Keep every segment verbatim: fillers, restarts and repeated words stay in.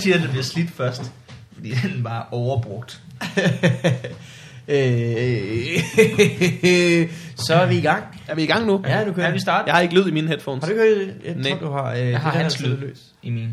siger, at det bliver slidt først? Fordi den var overbrugt. Så er vi i gang. Er vi i gang nu? Ja, nu kan vi vi starte. Jeg har ikke lyd i mine headphones. Har du ikke hørt? Jeg Nej. tror, du har... Øh, Jeg har det, hans der er lyd løs. i min.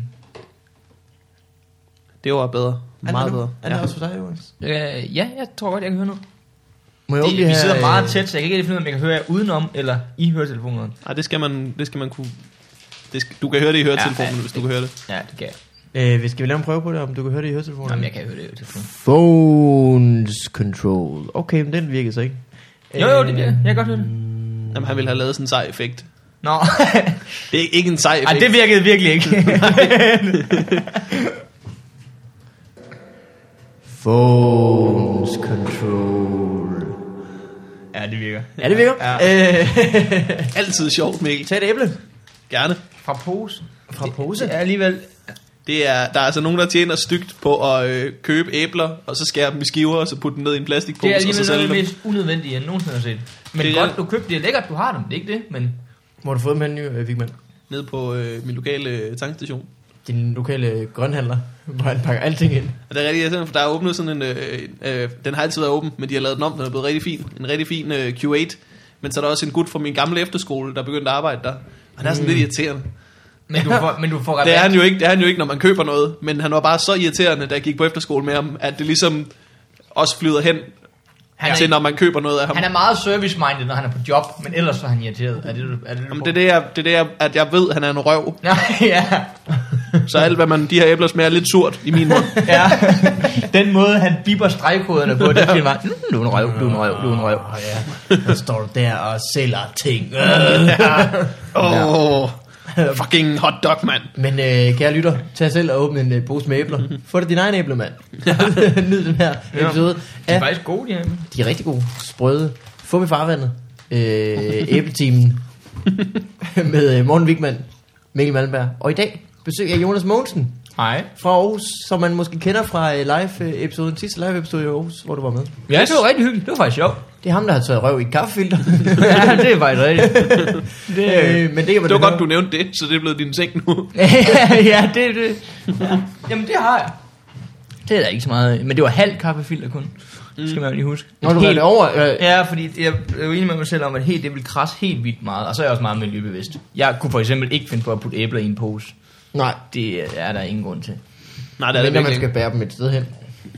Det var bedre. Meget bedre. Er det også for dig, Jonas? Øh, ja, jeg tror godt, jeg kan høre noget. Må jeg Det, åbne vi det her, sidder meget øh, tæt, så jeg kan ikke rigtig finde ud af, om jeg kan høre jer udenom eller i høretelefonerne. Nej, det skal man, det skal man kunne... Det skal, du kan høre det i høretelefonen, Ja, ja, hvis du kan høre det. Ja, det kan jeg. Øh, vi skal vi lave en prøve på det, om du kan høre det i høretelefonen? Jamen, jeg kan høre det i høretelefonen. Phones control. Okay, men den virkede så ikke. Jo, jo, det virker. Jeg kan godt høre det. Jamen, han ville have lavet sådan en sej effekt. Nå. Det er ikke en sej effekt. Ej, det virkede virkelig ikke. Phones control. Ja, det virker. Ja, det virker. Ja. Øh, Altid sjovt, Mikkel. tag et æble. Gerne. Fra pose. Fra pose? Det er alligevel... Det er, der er altså nogen, der tjener stygt på at øh, købe æbler, og så skære dem i skiver, og så putte dem ned i en plastikpose, Det er og så alligevel noget sælge af dem. det mest unødvendige, jeg nogensinde har set. Men Det er- godt, du købte det. Er lækkert, du har dem. Det er ikke det, men... Hvor har du fået dem hen, øh, Vigman? Ned på øh, min lokale øh, tankstation. Din lokale grønhandler, hvor han pakker alting ind. Og det er rigtig irriterende, for der er åbnet sådan en... Øh, øh, den har altid været åben, men de har lavet den om, den er blevet rigtig fin. En rigtig fin øh, Q otte. Men så er der også en gut fra min gamle efterskole, der begyndte at arbejde der. Og han er sådan mm. lidt irriterende. Men du får, men du får rabat. Det er han jo ikke, det er han jo ikke, når man køber noget. Men han var bare så irriterende, da jeg gik på efterskole med ham, at det ligesom også flyder hen Han er, til, når man køber noget af ham. han er meget service-minded, når han er på job, men ellers er han irriteret. Er det, du- er det, du Jamen, får? det er det, jeg, det er det jeg, at jeg ved, at han er en røv. Nej, ja. Så alt, hvad man, de her æbler smager lidt surt i min mund. ja. Den måde, han bipper stregkoderne på, det er bare, mm, du er en røv, du er en røv, du er en røv. Åh ja, der står du der og sælger ting. Åh, oh, fucking hot dog, mand. Men øh, kære lytter, tag selv og åbne en øh, pose med æbler. Få det din egen æble, mand. Nyd den her episode. De er Ja, faktisk gode, de her. de er rigtig gode. Sprøde. Få i farvandet. Øh, æbletimen. med øh, Morten Wigman, Mikkel Malmberg. Og i dag besøg jeg Jonas Mogensen Hej. fra Aarhus, som man måske kender fra øh, live-episoden, sidste live-episode i Aarhus, hvor du var med. Ja, det var rigtig hyggeligt. Det var faktisk sjovt. Det er ham, der har taget røv i et kaffefilter. ja, det er faktisk rigtigt. det, øh, men det, kan man Det var høre. godt, du nævnte det, så det er blevet din ting nu. ja, det er det. Ja. Jamen, det har jeg. Det er da ikke så meget. Men det var halv kaffefilter kun. Mm. Skal man jo lige huske. Når du helt over... Øh, Ja, fordi jeg er jo enig med mig selv om, at helt, det vil krasse helt vildt meget. Og så er jeg også meget miljøbevidst. Jeg kunne for eksempel ikke finde på at putte æbler i en pose. nej, Det er der ingen grund til. Nej, det er det men når man virkelig skal bære dem et sted hen.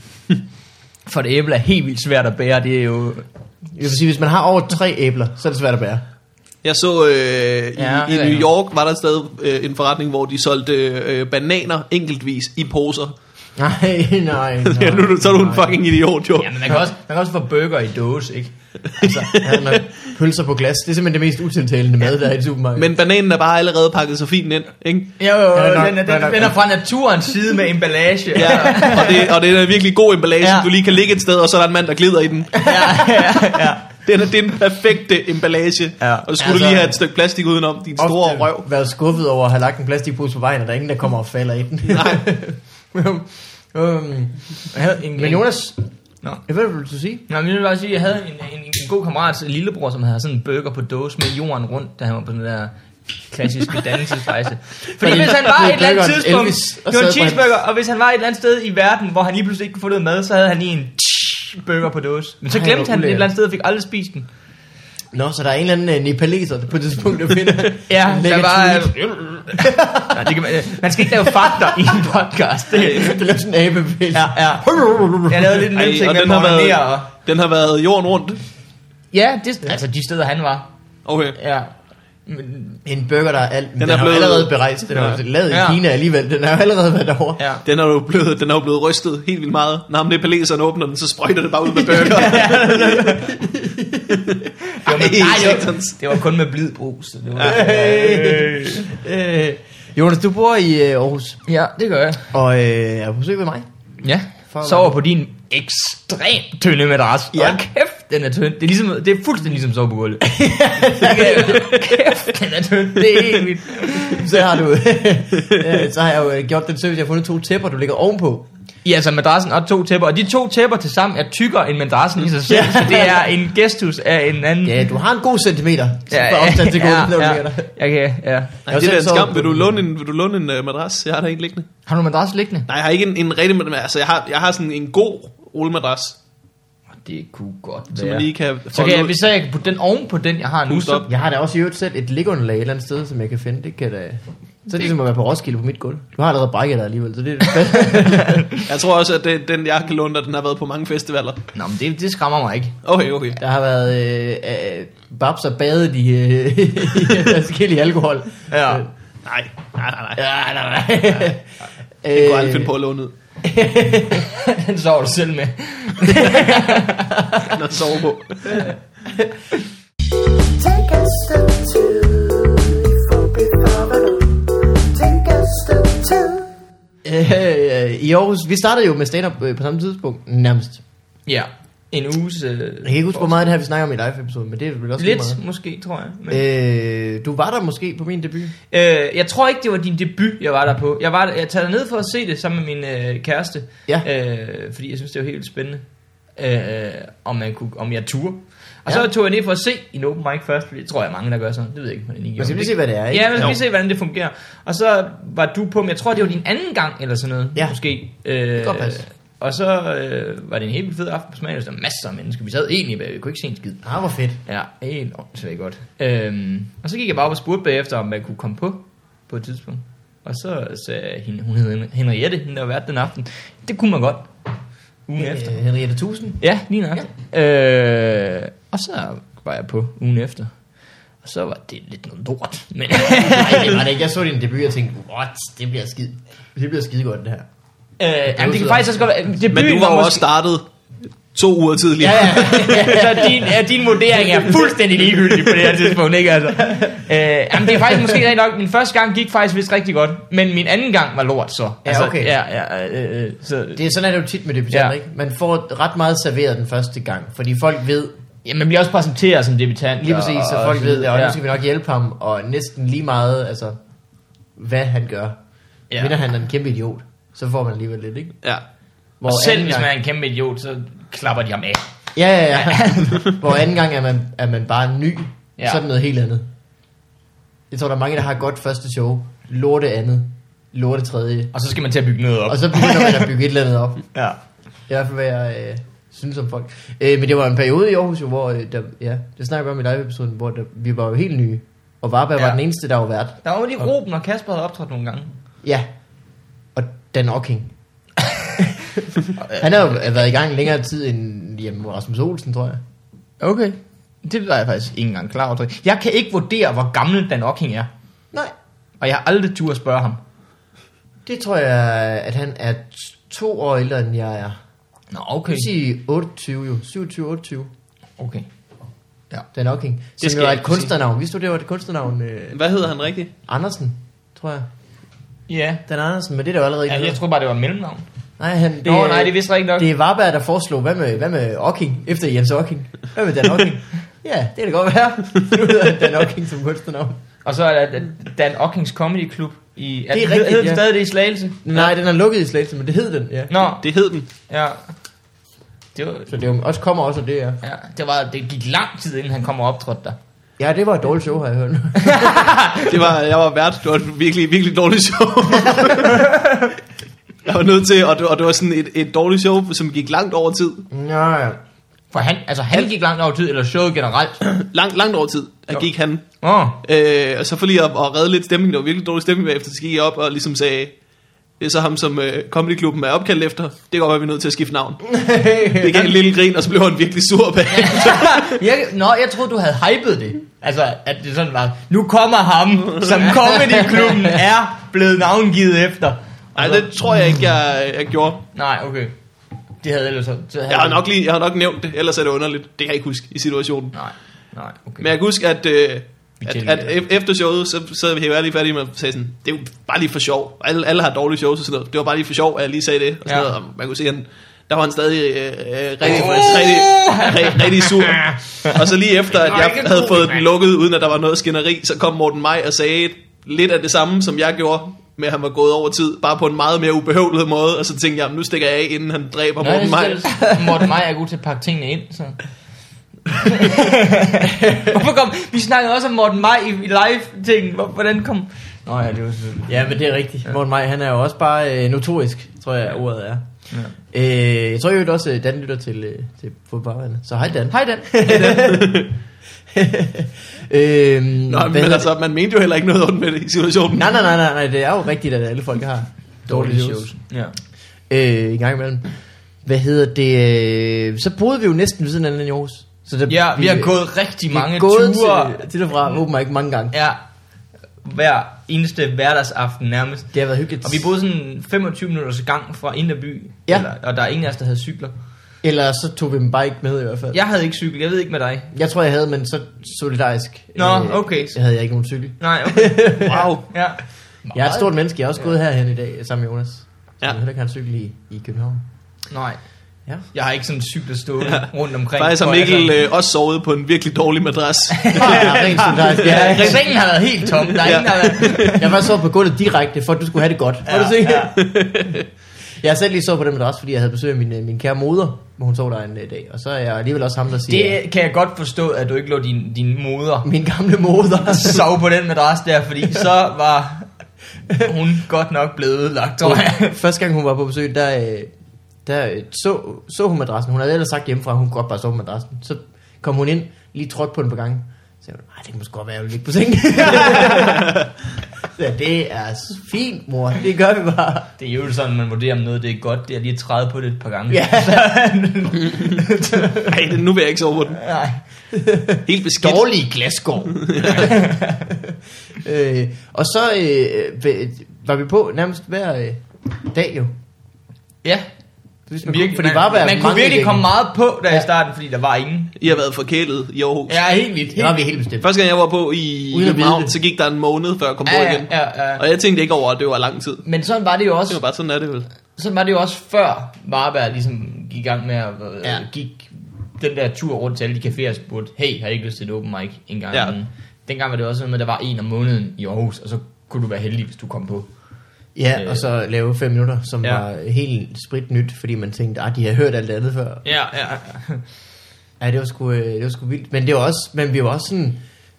For et æble er helt vildt svært at bære. Det er jo... Jeg vil sige, hvis man har over tre æbler, så er det svært at bære. Jeg så øh, i, Ja, i det er New det. York, var der stadig øh, en forretning, hvor de solgte øh, bananer enkeltvis i poser. Nej, nej, nej. Ja, nu er du- så er du en fucking idiot, jo. Ja, men man kan også, man kan også få burger i dåse, ikke? Altså, ja, man, pølser på glas. Det er simpelthen det mest utiltalende mad, der er i supermarkedet. Men bananen er bare allerede pakket så fint ind, ikke? Jo, jo, jo, Ja, den, nok, er, den, ja, nok. den er fra naturens side med emballage. Ja, og det, og det er en virkelig god emballage, Ja. ja. Du lige kan ligge et sted, og så er der en mand, der glider i den. ja, ja, ja. Den er, det er den perfekte emballage. Ja. Og så skulle Altså, du lige have et stykke plastik udenom, din store ofte røv. været skuffet over at have lagt en plastikpose på vejen, og der er ingen, der kommer og falder i den. Nej. um, Jeg havde en, men Jonas, Nå. jeg ved, hvad du vil sige? Nå, men jeg vil bare sige, at jeg havde en, en, en god kammerats lillebror, som havde sådan en burger på dåse med jorden rundt, da han var på den der klassiske dannelsesrejse. Fordi hvis han var et eller andet Burgeren tidspunkt, Elvis, og det var en sad på hans- cheeseburger, og hvis han var et eller andet sted i verden, hvor han lige pludselig ikke kunne få noget mad, så havde han lige en burger på dåse. Men så Ej, glemte hvor han det et ulækkert. eller andet sted og fik aldrig spist den. Nå, så der er en eller anden uh, nepaleser, der på det tidspunkt, der finder Ja, en der lækker var... tweet. Nå, det kan man, man skal ikke lave fakter i en podcast. Det, Det laver sådan en abebevægelse. ja, ja. Jeg lavede lidt en Ej, nem ting og med den har, at været, og... den har været jorden rundt. Ja, det, altså de steder han var. Okay. Ja. Men, En burger, der er alt. Den, den er er, er jo blevet- allerede berejst. Den er jo lavet Ja. i Kina alligevel. Den er jo allerede været derovre. ja. Den er jo blevet, den er jo blevet rystet helt vildt meget. Når ham nepaleseren åbner den, så sprøjter det bare ud med burger. Det var, med, Ej, nej, det, var, satans. det var kun med blid brus. Så det var, Øh, Jonas, du bor i øh, Aarhus, ja, det gør jeg. og øh, er på besøg ved mig. Ja. For- Sover på din ekstremt tynde madras. Ja. Ja. Og kæft, den er tynd. Det er, ligesom, det er fuldstændig ligesom sove på gulvet. Kæft, den er tynd. Det er helt vildt. Så har du, øh, så har jeg jo øh, gjort den service, jeg har fundet to tæpper, du ligger ovenpå. I altså madrassen og to tæpper, og de to tæpper til sammen er tykkere end madrassen i sig selv, så det er en gestus af en anden. Ja, du har en god centimeter. Ja, for afstand til ja, gulvet, når du ja, ligger der. ja, okay, ja. Nej, det er da en skam. Vil du låne en, vil du låne en uh, madras? Jeg har der ikke liggende. Har du madras liggende? Nej, jeg har ikke en, en rigtig madras. Altså, jeg har, jeg har sådan en god rullemadras, Det kunne godt som man være. lige kan Så kan jeg, hvis jeg kan putte den oven på den, jeg har nu, Puste så... op. Jeg har da også i øvrigt selv et liggeunderlag et eller andet sted, som jeg kan finde. Det kan da... Så er det ligesom at være på Roskilde på mit gulv. Du har allerede brækket dig alligevel, så det er det. Jeg tror også, at det, den jeg kan låne, der, den har været på mange festivaler. Nå, men det, det skræmmer mig ikke. Okay, okay. Der har været øh, øh, babs og badet i, øh, i forskellige alkohol. Ja. Øh, Nej, nej, nej, nej. Ja, nej, nej. Det kunne aldrig finde på at låne ud. Den sover du selv med. Noget sove på. Take a step two before before Take a step two. Øh, I Aarhus, vi startede jo med stand-up øh, på samme tidspunkt, nærmest. Ja, en uges... Øh, Jeg kan ikke huske, hvor meget af det her vi snakker om i live-episode, men det er vel også lige Lidt, meget. måske, tror jeg. Men, Øh, du var der måske på min debut. øh, jeg tror ikke, det var din debut, jeg var der på. Jeg var der, jeg tager ned for at se det sammen med min øh, kæreste. Ja. Øh, fordi jeg synes, det var helt spændende. Øh, om, man kunne, om jeg turde. Og Ja. så tog jeg ned for at se en open mic først, fordi det tror jeg mange, der gør sådan. Det ved jeg ikke, hvordan I Man skal lige det. se, hvad det er, ikke? Ja, man skal Jo. lige se, hvordan det fungerer. Og så var du på, men jeg tror, det var din anden gang, eller sådan noget, Ja. måske. Øh, kan godt passe. Og så øh, var det en helt vildt fed aften på Smagløs. Der var masser af mennesker. Vi sad egentlig bag, vi kunne ikke se en skid. Ah, hvor fedt. Ja, helt åndssvagt godt. Øhm, og så gik jeg bare op og spurgte bagefter, om man kunne komme på, på et tidspunkt. Og så sagde hende, hun hed Henriette, hende der var vært den aften. Det kunne man godt. Ugen Øh, efter. Henriette Tusind. Ja, lige nok. Ja. Øh, og så var jeg på ugen efter. Og så var det lidt noget lort. Men Nej, det var det ikke. Jeg så din debut og tænkte, what, det bliver skide, det bliver skide godt det her. øh, jamen, det kan faktisk også godt være. Men Debuten du var jo måske- også startet to uger tidligere. Ja, ja. så din, ja, din vurdering er fuldstændig ligegyldig på det her tidspunkt, ikke altså? Øh, jamen, det er faktisk måske rigtig nok. Min første gang gik faktisk vist rigtig godt, men min anden gang var lort så. Altså, okay. Ja, ja, øh, øh, så, Det er sådan er det jo tit med debutanter, Ja. ikke? Man får ret meget serveret den første gang, fordi folk ved, ja, man bliver også præsenteret som debutant. lige præcis, så folk ved det, og ja. nu skal vi nok hjælpe ham, og næsten lige meget, altså, hvad han gør. Ja. Vinder han er en kæmpe idiot, så får man alligevel lidt, ikke? Ja. Hvor Og selv anden hvis gang- man er en kæmpe idiot, så klapper de ham af. Ja, ja, ja. Hvor anden gang er man, er man bare ny, Ja. ja. Så er det noget helt andet. Jeg tror, der er mange, der har et godt første show, lorte andet, lorte tredje, Og så skal man til at bygge noget op. og så begynder man at bygge et eller andet op. Ja. Det er i hvert fald, hvad jeg øh, synes om folk. Øh, men det var en periode i Aarhus, jo, hvor, øh, der, ja, det snakker vi om i live-episoden, hvor der, vi var jo helt nye, og Varberg ja. Ja. var den eneste, der var vært. Der var jo lige Ruben og Kasper havde optrådt nogle gange. Ja, og Dan Ocking. Han har jo været i gang længere tid end jamen, Rasmus Olsen, tror jeg. Okay. Det var jeg faktisk ikke engang klar over. Jeg kan ikke vurdere, hvor gammel Dan Ocking er. Nej, Og jeg har aldrig tur at spørge ham. det tror jeg, at han er t- to år ældre, end jeg er. Nå, Okay. okay. Jeg sige otteogtyve, jo. syvogtyve otteogtyve. Okay. Ja. Dan Ocking. Det Som skal jo var jeg et ikke kunne kunstnernavn. Vidste du, det var et kunstnernavn? Øh, Hvad hedder han rigtigt? Andersen, tror jeg. Ja. Dan Andersen, men det er der jo allerede ikke. Ja, jeg noget. tror bare, det var et mellemnavn. Nej, han, det, Nå, nej, det vidste jeg ikke nok. Det er Varberg, der foreslog, hvad med, hvad med Ocking, efter Jens Ocking? Hvad med Dan Ocking? Ja, det kan det godt være. Nu hedder Dan Ocking som kunstnernavn. Og så er der Dan Ockings Comedy Club i... Det er hed- rigtigt, Hed den ja. stadig det i Slagelse? Nej, den er lukket i Slagelse, men det hed den, ja. Nå, Det hed den. ja. Det var... Så det er jo også kommer også af det, ja. Ja, det, var, det gik lang tid, inden han kom og optrådte der. Ja, det var et dårligt show, har jeg hørt. Det var, jeg var vært. Det var et virkelig, virkelig dårligt show. Jeg var nødt til, og det, og det var sådan et, et dårligt show, som gik langt over tid. Ja, ja. For han, altså han gik langt over tid, eller showet generelt. Langt, langt over tid. Der Jo. gik han. Åh, oh, Øh, og så for lige at, at redde lidt stemning. Der var virkelig dårlig stemning bagefter. Så gik jeg op og ligesom sagde, det er så ham, som øh, Comedy-klubben er opkaldt efter. Det kan godt være, vi er nødt til at skifte navn. Det gav en lille grin, og så blev han virkelig sur bagefter. jeg, nå, jeg troede, du havde hypet det. Altså, at det sådan var, nu kommer ham, som Comedy-klubben er blevet navngivet efter. Nej, det tror jeg ikke, jeg, jeg gjorde. Nej, okay. Det havde ellers... Så havde Jeg har, nok lige, jeg har nok nævnt det, ellers er det underligt. Det kan jeg ikke huske i situationen. Nej, nej, okay. Men jeg kan huske, at, øh, at, tilgiver at ef- efter showet, så sad vi helt lige færdige med at sige sådan, det er jo bare lige for sjov. Alle, alle har dårlige shows og sådan noget. Det var bare lige for sjov, at jeg lige sagde det. Og sådan Ja. noget. Og man kunne se, at han, der var han stadig øh, øh, rigtig, rigtig, rigtig, rigtig sur. Og så lige efter, at jeg havde fået den lukket, uden at der var noget skænderi, så kom Morten Maj og sagde lidt af det samme, som jeg gjorde. med at han var gået over tid, bare på en meget mere ubehøvlet måde, og så tænkte jeg, nu stikker jeg af, inden han dræber Morten Maj. Morten Maj er god til at pakke tingene ind, så... Hvorfor kom... Vi snakkede også om Morten Maj i, i live-ting. Hvordan kom... Nå ja, det var selvfølgelig... Ja, men det er rigtigt. Ja. Morten Maj, han er jo også bare øh, notorisk, tror jeg, ordet er. Ja. Øh, jeg tror jo også, at Dan lytter til, øh, til fodboldbarvandet. Så hej Dan. Hej Dan. øhm, Nå, men altså, man mente jo heller ikke noget ondt med det i situationen. Nej, nej, nej, nej, nej, det er jo rigtigt, at alle folk har dårlige shows. Ja. Øh, en gang imellem. Hvad hedder det? Øh, så boede vi jo næsten ved siden af den i Aarhus. Så der, ja, vi, vi har gået rigtig mange ture. Til, til og fra Open Mic mange gange. Ja, hver eneste hverdagsaften nærmest. Det har været hyggeligt. Og vi boede sådan femogtyve minutters gang fra Indre By. Ja. Eller, og der er ingen af os, der havde cykler. Eller så tog vi en bike med i hvert fald. Jeg havde ikke cykel, jeg ved ikke med dig. Jeg tror jeg havde, men så solidarisk. Nå, okay. Så havde jeg ikke nogen cykel. Nej, okay. Wow. Ja. Jeg er et stort menneske, jeg er også gået herhen i dag sammen med Jonas. Så ja. jeg heller ikke har en cykel i, i København. Nej. Ja. Jeg har ikke sådan en cykel stående ja. rundt omkring. Faktisk har Mikkel øh, også sovet på en virkelig dårlig madras. ja, rent solidarisk. Ja, ja. Sengen har været helt tom. Der er ja. ingen, der været... Jeg var så på gulvet direkte, for at du skulle have det godt. Ja, du se? Ja. Jeg har selv lige så på den madras, fordi jeg havde besøg af min, min kære moder, hvor hun sov der en dag. Og så er jeg alligevel også ham, der siger... Det kan jeg godt forstå, at du ikke lå din, din moder... Min gamle moder. sove på den madras der, fordi så var hun godt nok blevet ødelagt, tror jeg. Første gang hun var på besøg, der... Der så, så hun madrassen. Hun havde ellers sagt hjemmefra, at hun kunne godt bare sove på madrassen. Så kom hun ind, lige trådte på den på gangen. Så sagde hun, nej, det kan måske godt være, at jeg vil ligge på sengen. Så det er fint, mor. Det gør vi bare. Det er jo sådan, man vurderer, om noget det er godt. Det er lige træde på det et par gange. Ja. Nej, nu vil jeg ikke sove på den. Nej. Helt beskidt. Dårlige glasgård. øh, og så øh, var vi på nærmest hver øh, dag jo. Ja. Man, virkelig, fordi man, man, man kunne virkelig komme meget på der ja. i starten, fordi der var ingen. I har været forkælet i Aarhus. Ja, helt vildt. Ja, vi er helt bestemt. Første gang jeg var på i København, så gik der en måned, før jeg kom ja, på igen. Ja, ja, ja. Og jeg tænkte ikke over, at det var lang tid. Men sådan var det jo også. Det var bare sådan er det vel. Sådan var det jo også før Varberg ligesom gik i gang med at ja. gik den der tur rundt til alle de caféer og spurgte, hey, har I ikke lyst til et open mic en gang? Ja. Dengang var det også noget med, at der var en om måneden i Aarhus, og så kunne du være heldig, hvis du kom på. Ja, øh, og så lave fem minutter, som ja. var helt spritnyt, fordi man tænkte, ah, de har hørt alt det andet før. Ja, ja. Ja, det var sgu, det var sgu vildt. Men det var også, men vi var også sådan,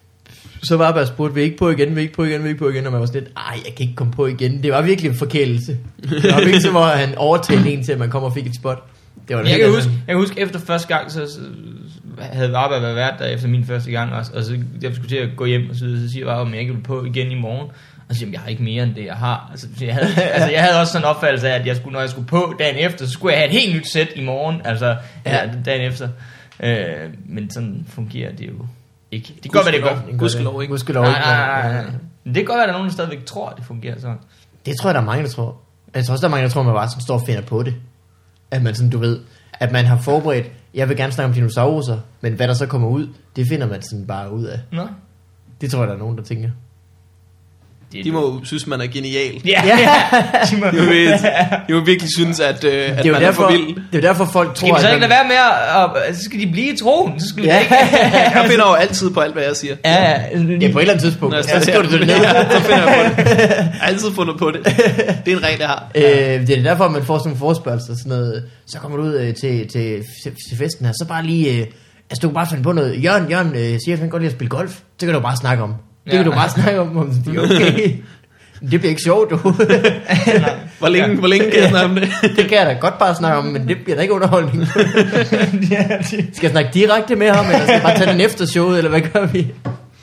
så var bare spurgt, vi ikke på igen, vi ikke på igen, vi ikke på igen, og man var sådan lidt, ej, jeg kan ikke komme på igen. Det var virkelig en forkælelse. Det var virkelig så, hvor han overtalte en til, at man kom og fik et spot. Det var jeg, kan huske, jeg kan huske, efter første gang, så, så havde Varberg været vært der efter min første gang også, og så jeg skulle til at gå hjem, og så, så siger Varberg, om jeg ikke ville på igen i morgen. Og så siger jeg har ikke mere end det jeg har. Altså jeg havde, altså jeg havde også sådan en opfattelse af, at jeg skulle, når jeg skulle på dagen efter, så skulle jeg have et helt nyt sæt i morgen, altså ja. dagen efter. Øh, men sådan fungerer det jo ikke. Det kan godt være, det gør. Gudskelov ikke. Gudskelov ikke. Nej, nej, nej. Det kan godt være, at der er nogen, der stadigvæk tror, at det fungerer sådan. Det tror jeg, der er mange, der tror. Jeg tror også, der er mange, der tror, at man bare sådan står og finder på det. At man sådan, du ved, at man har forberedt, jeg vil gerne snakke om dinosaurer, men hvad der så kommer ud, det finder man sådan bare ud af. Nå. Det tror jeg, der er nogen, der tænker. Det, de må jo synes, man er genial. Ja, ja. De må, jo, de må virkelig synes, at, øh, at man derfor, er for vild. Det er derfor, folk tror, skal vi så ikke lade være med at... Og, så skal de blive i troen. Så skal ja. ikke. Jeg finder jo altid på alt, hvad jeg siger. Ja, ja. Ja, på et eller andet tidspunkt. Nå, så skriver du det ned. Ja, så finder jeg på det. Jeg har altid fundet på det. Det er en regel, jeg har. Øh, det er derfor, man får sådan en forespørgsel. Sådan noget, så kommer du ud øh, til, til, til festen her. Så bare lige... Øh, altså, du kan bare finde på noget. Jørgen, Jørgen øh, siger, at han godt lide at spille golf. Det kan du bare snakke om. Det ja. kan du bare snakke om. Om det er okay. Det bliver ikke sjovt, du. hvor, længe, ja. hvor længe kan jeg snakke om det? Det kan jeg da godt bare snakke om, men det bliver da ikke underholdning. Skal jeg snakke direkte med ham, eller skal jeg bare tage den efter showet, eller hvad gør vi?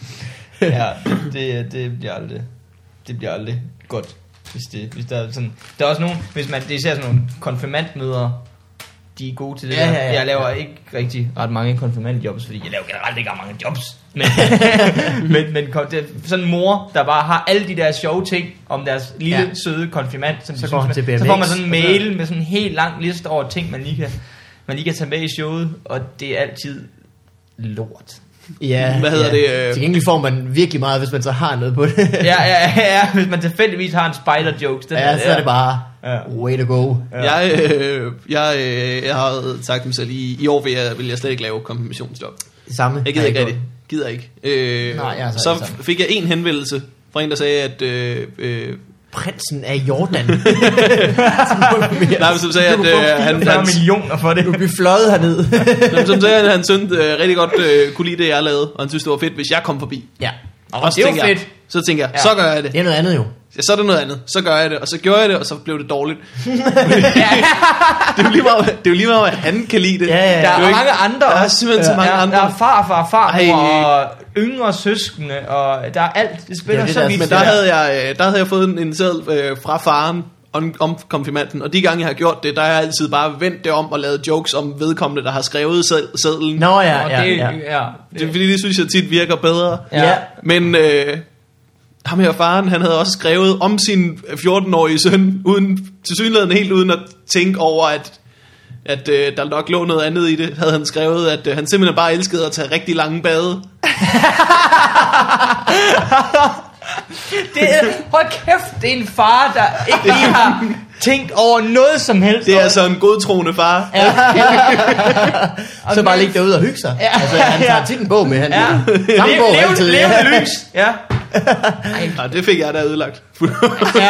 Ja, det, det bliver aldrig det bliver aldrig godt, hvis det hvis der er sådan. Der er også nogen, hvis man det er især sådan nogle konfirmandmøder, de er gode til det ja, der. Ja, ja. Jeg laver ikke rigtig ret mange konfirmandjobs, fordi jeg laver generelt ikke ret mange jobs. Men, men, men det er sådan en mor, der bare har alle de der sjove ting om deres lille, ja. søde konfirmand. Som så, de går synes, man, så får man sådan en mail med sådan en helt lang liste over ting, man lige kan, man lige kan tage med i showet, og det er altid lort. Ja, hvad hedder ja. det? Øh... Til gengæld får man virkelig meget, hvis man så har noget på det. ja, ja, ja, hvis man tilfældigvis har en spider jokes. Den ja, der, så er det bare ja. way to go. Ja. Jeg, øh, jeg, øh, jeg har sagt mig selv, i, i år vil jeg, vil jeg slet ikke lave konfirmationsjob. Samme. Jeg gider ikke rigtig. Gider ikke. Øh, Nej, jeg så f- fik jeg en henvendelse fra en, der sagde, at øh, øh, prinsen af Jordan. Nej, men som sagde, at øh, han, Der er han, millioner for det. Du bliver fløjet herned. men som sagde, at han syntes øh, rigtig godt øh, kunne lide det, jeg lavede, og han synes, det var fedt, hvis jeg kom forbi. Ja. Og så det er jo tænkte jeg- fedt. Så tænker jeg, Ja. så gør jeg det. Det er noget andet jo. Ja, så er det noget andet. Så gør jeg det, og så gjorde jeg det, og så blev det dårligt. det er jo lige meget, det er jo lige meget, at han kan lide det. Ja, ja, ja. Der Det er jo ikke- mange andre Der er også. simpelthen så mange der, andre. Der er farfar, farmor Ej. og yngre søskende, og der er alt. Det spiller Det er det, så der- vidt. Men der havde jeg, øh, der havde jeg fået en, en seddel øh, fra faren om, om konfirmanden, og de gange jeg har gjort det, der har jeg altid bare vendt det om og lavet jokes om vedkommende, der har skrevet sed- sedlen. Nå ja, Og ja, det, ja. ja. Det er fordi, det synes jeg tit virker bedre. Ja. Men øh, ham her faren, han havde også skrevet om sin fjorten-årige søn, uden, tilsyneladende helt uden at tænke over, at, at øh, der nok lå noget andet i det, havde han skrevet, at øh, han simpelthen bare elskede at tage rigtig lange bade. Det er, hold kæft, det er en far, der ikke lige har tænkt over noget som helst. Det er altså en godtroende far. Ja, ja. Så bare ligge derude og hygge sig. Ja. Altså, han tager tit en bog med. Han Ja. Samme bog Leve- altid. levende Ja. lys. Ja. Nej, det fik jeg da ødelagt. Ja.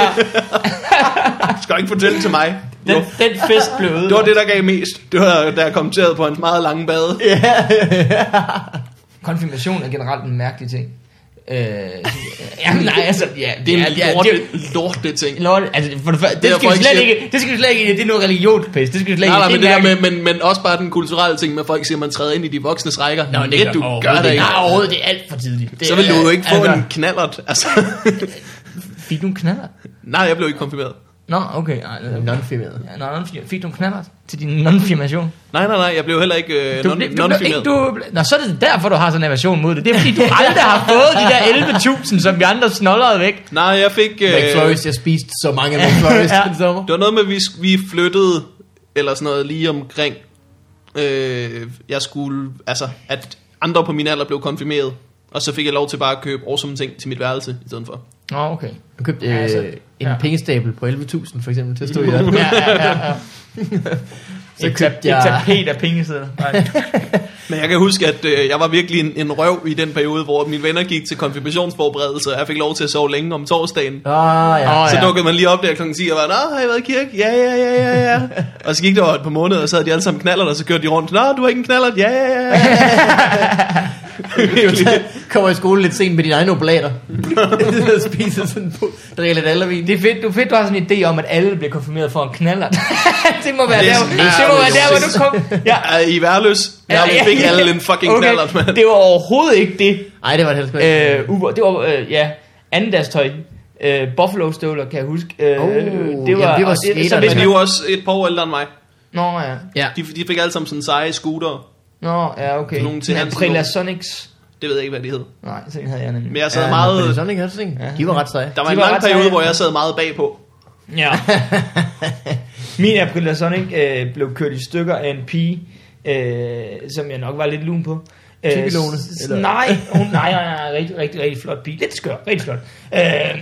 Skal du ikke fortælle til mig? Den, Jo. den fest blev ødelagt. Det var det, der gav mest. Det var, da jeg kommenterede på hans meget lange bade. Konfirmation er generelt en mærkelig ting. Øh, jamen nej, altså, ja, Det er en ja, lorte, det- lorte ting. Lort, altså for det, første, Det er det, skal vi folk slet siger- ikke, det skal vi slet ikke, det er noget religionspæs, det skal vi slet ikke. Nej, nej, men, det der er med, men, men også bare den kulturelle ting med, at folk siger, at man træder ind i de voksnes rækker. Nå, det, det du gør gør det ikke. Nej, overhovedet, det er alt for tidligt. Det Så vil er- du jo ikke få altså, en knallert. Altså. Fik du en knaller? Nej, jeg blev ikke konfirmeret. Nå, okay. Ej, det- Non-female. Ja, nå, non- fik du en knaller til din non-firmation? Nej, nej, nej, jeg blev heller ikke øh, Du, non- du, du, blev ikke, non-firmeret. du, nå, så er det derfor, du har sådan en aversion mod det. Det er fordi, du aldrig har fået de der elleve tusind, som vi andre snollede væk. Nej, jeg fik... Øh, McFlurries, jeg spiste så mange McFlurries Ja. den sommer. det var noget med, at vi, vi flyttede, eller sådan noget, lige omkring... Øh, jeg skulle... Altså, at andre på min alder blev konfirmeret. Og så fik jeg lov til bare at købe awesome ting til mit værelse i stedet for. Nå, okay. Du købte øh, Ja, altså, en ja. pengestabel på elleve tusind for eksempel til at stå i der. Ja, ja, ja. ja. Så Ikke købte tap- jeg... ikke tapet af pengesedler. Nej. Men jeg kan huske, at øh, jeg var virkelig en, en røv i den periode, hvor mine venner gik til konfirmationsforberedelse, og jeg fik lov til at sove længe om torsdagen. Åh, ja. Åh, Så ja. dukkede man lige op der klokken ti og var, nå, har I været i kirke? Ja, ja, ja, ja, ja. Og så gik der over et par måneder, og så havde de alle sammen knallert, og så kørte de rundt. Nå, du har ikke en knallert? Ja, ja, ja, ja. Kommer i skole lidt sent med dine egne oblater. Og spiser sådan på. Drikker lidt aldervin. Det er fedt, du, fedt, du har sådan en idé om, at alle bliver konfirmeret for en knaller. det må være Det er der, sådan- det må være der, hvor du kom. Ja. Ja, I Værløs, der vi fik alle en fucking okay. knallert, mand. Det var overhovedet ikke det. Nej, det var det helst ikke. Øh, Uber, det var, øh, ja, andendagstøj. Øh, Buffalo støvler, kan jeg huske. Øh, Oh, det var, jamen, det var og skater, så Men hvis de er man, jo også et par år ældre end mig. Nå, ja. Ja. De, de fik alle sammen sådan seje scootere. Nå, ja, okay. Nogle til Men hans Aprilia niveau. Sonics. Det ved jeg ikke, hvad de hed. Nej, sådan havde jeg nemlig. Men jeg sad Ja, meget... sådan ikke, sådan Ja. De var ret seje. Der var De en var lang ret periode, seje. hvor jeg sad meget bagpå. Ja. Min Aprilia Sonic øh, blev kørt i stykker af en pige, øh, som jeg nok var lidt lun på. Øh, Typilone, s- eller? Nej, hun, nej, nej, nej, rigtig, rigtig, rigtig flot pige. Lidt skør, rigtig flot. Øh,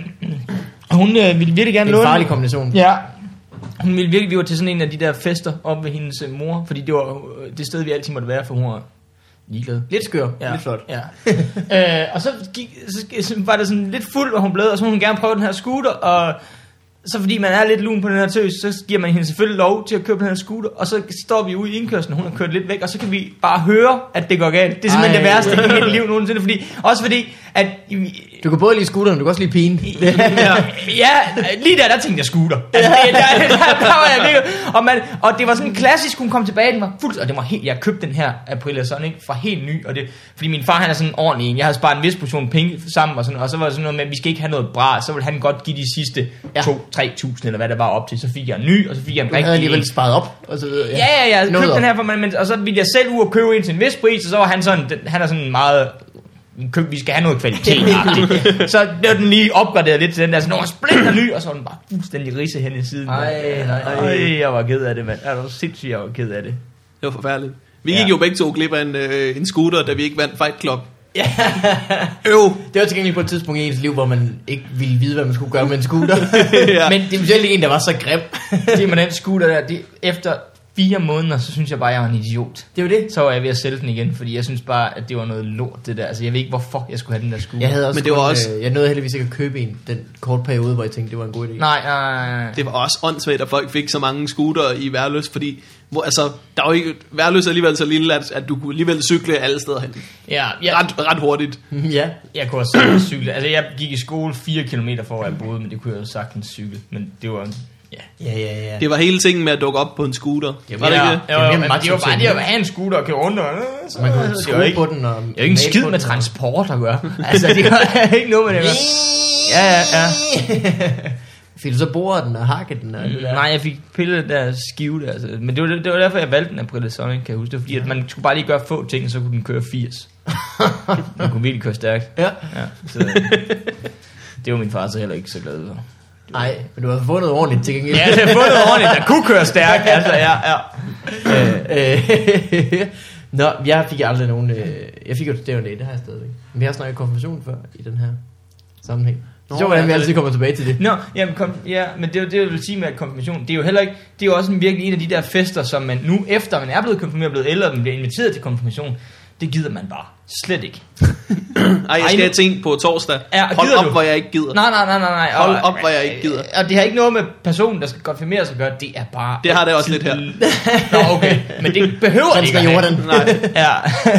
hun øh, ville virkelig gerne Det er en låne. farlig kombination. Ja. Hun ville virkelig, vi var til sådan en af de der fester op ved hendes øh, mor, fordi det var øh, det sted, vi altid måtte være, for hun var ligeglad. Lidt skør. Ja. Lidt flot. Ja. øh, og så, gik, så, så var det sådan lidt fuld, hvor hun blev, og så ville hun gerne prøve den her scooter, og så fordi man er lidt lun på den her tøs, så giver man hende selvfølgelig lov til at købe den her scooter, og så står vi ude i indkørslen, hun har kørt lidt væk, og så kan vi bare høre, at det går galt. Det er simpelthen Ej. det værste i hele liv nogensinde, fordi, også fordi, at Du kan både lide scooteren, du kan også lide pigen. ja, ja, lige der, der tænkte jeg scooter. Altså, det, der, der, der, der var jeg virkelig, og, man, og det var sådan klassisk, hun kom tilbage, den var fuldt, og det var helt, jeg købte den her Aprilia Sonic fra helt ny, og det, fordi min far, han er sådan ordentlig en, jeg havde sparet en vis portion penge sammen, og, sådan, og så var det sådan noget med, at vi skal ikke have noget bra, så ville han godt give de sidste Ja. to til tre tusind, eller hvad der var op til, så fik jeg en ny, og så fik jeg en Du havde rigtig alligevel sparet op. Og så videre. Ja, ja, ja, jeg Noget købte op. den her for mig, men, og så ville jeg selv ud og købe en til en vis pris, og så var han sådan, den- han er sådan meget, køb, vi skal have noget kvalitet. Så blev den lige opgraderet lidt til den der, sådan noget splinter ny, og så var den bare fuldstændig ridse hen i siden. Ej, nej, nej. Ej, jeg var ked af det, mand. Jeg var sindssygt, jeg var ked af det. Det var forfærdeligt. Vi Ja. gik jo begge to glip af en, øh, en scooter, da vi ikke vandt Fight Club. Ja. Øv! Det var tilgængeligt på et tidspunkt i ens liv, hvor man ikke ville vide, hvad man skulle gøre med en scooter. Ja. Men det er jo ikke en, der var så grim. Det med den scooter der, det, efter fire måneder, så synes jeg bare, jeg var en idiot. Det er jo det. Så var jeg ved at sælge den igen, fordi jeg synes bare, at det var noget lort, det der. Altså, jeg ved ikke, hvorfor jeg skulle have den der scooter. Jeg havde også, Men det var kun, også- øh, jeg nåede heldigvis ikke at købe en den korte periode, hvor jeg tænkte, det var en god idé. Nej, nej, nej. Det var også åndssvagt, at folk fik så mange scooter i Værløs, fordi hvor, altså, der er jo ikke, Værløs er alligevel så lille, at, at du kunne alligevel cykle alle steder hen. Ja, ja. Ret, ret hurtigt. Ja. Jeg kunne også sagtens cykle. Altså, jeg gik i skole fire kilometer for, hvor jeg boede, men det kunne jeg jo sagtens cykle. Men det var... Ja. Ja, ja, ja. Det var hele tingen med at dukke op på en scooter. Det Var det ja, ikke det? jo, jo, Det er men mere det var bare macho-ting. det at have en scooter og køre rundt og... Så, Man kunne det var skrue ikke, på den og... det er jo ikke en skid med transport at gøre. Altså, det var ikke noget med det at gøre. Ja, ja, ja. Fik du så borer den og hakke den og det der? Nej, jeg fik pillet den der skive der. Altså. Men det var, det var derfor, jeg valgte den Aprilia Sonic, kan jeg huske. Det var fordi, at man skulle bare lige gøre få ting, så kunne den køre firs. Den kunne virkelig køre stærkt. Ja. Ja, så, det var min far så heller ikke så glad for. Nej, men du har fundet ordentligt til gengæld. Ja, det har fundet ordentligt, der kunne køre stærkt. Altså, ja, ja. Øh, Nå, jeg fik aldrig nogen... Øh, jeg fik jo det, det har jeg stadigvæk. Men jeg har snakket konfirmation før i den her sammenhæng. Det er jo, hvordan vi altid kommer tilbage til det. Nå, jamen, kom, ja, men det er jo det, jeg vil sige med konfirmation. Det er jo heller ikke, det er jo også en virkelig en af de der fester, som man nu, efter man er blevet konfirmeret, blevet ældre, og man bliver inviteret til konfirmation, det gider man bare slet ikke. Ej, jeg skal have ting på torsdag. Ja, Hold gider op, du? hvor jeg ikke gider. Nej, nej, nej, nej, nej. Hold Og- op, hvor jeg ikke gider. Og det har ikke noget med personen, der skal konfirmeres at gøre, det er bare... Det har det også lidt her. Nå, okay, men det behøver Sådan ikke skal at have. Jordan. Nej. Ja,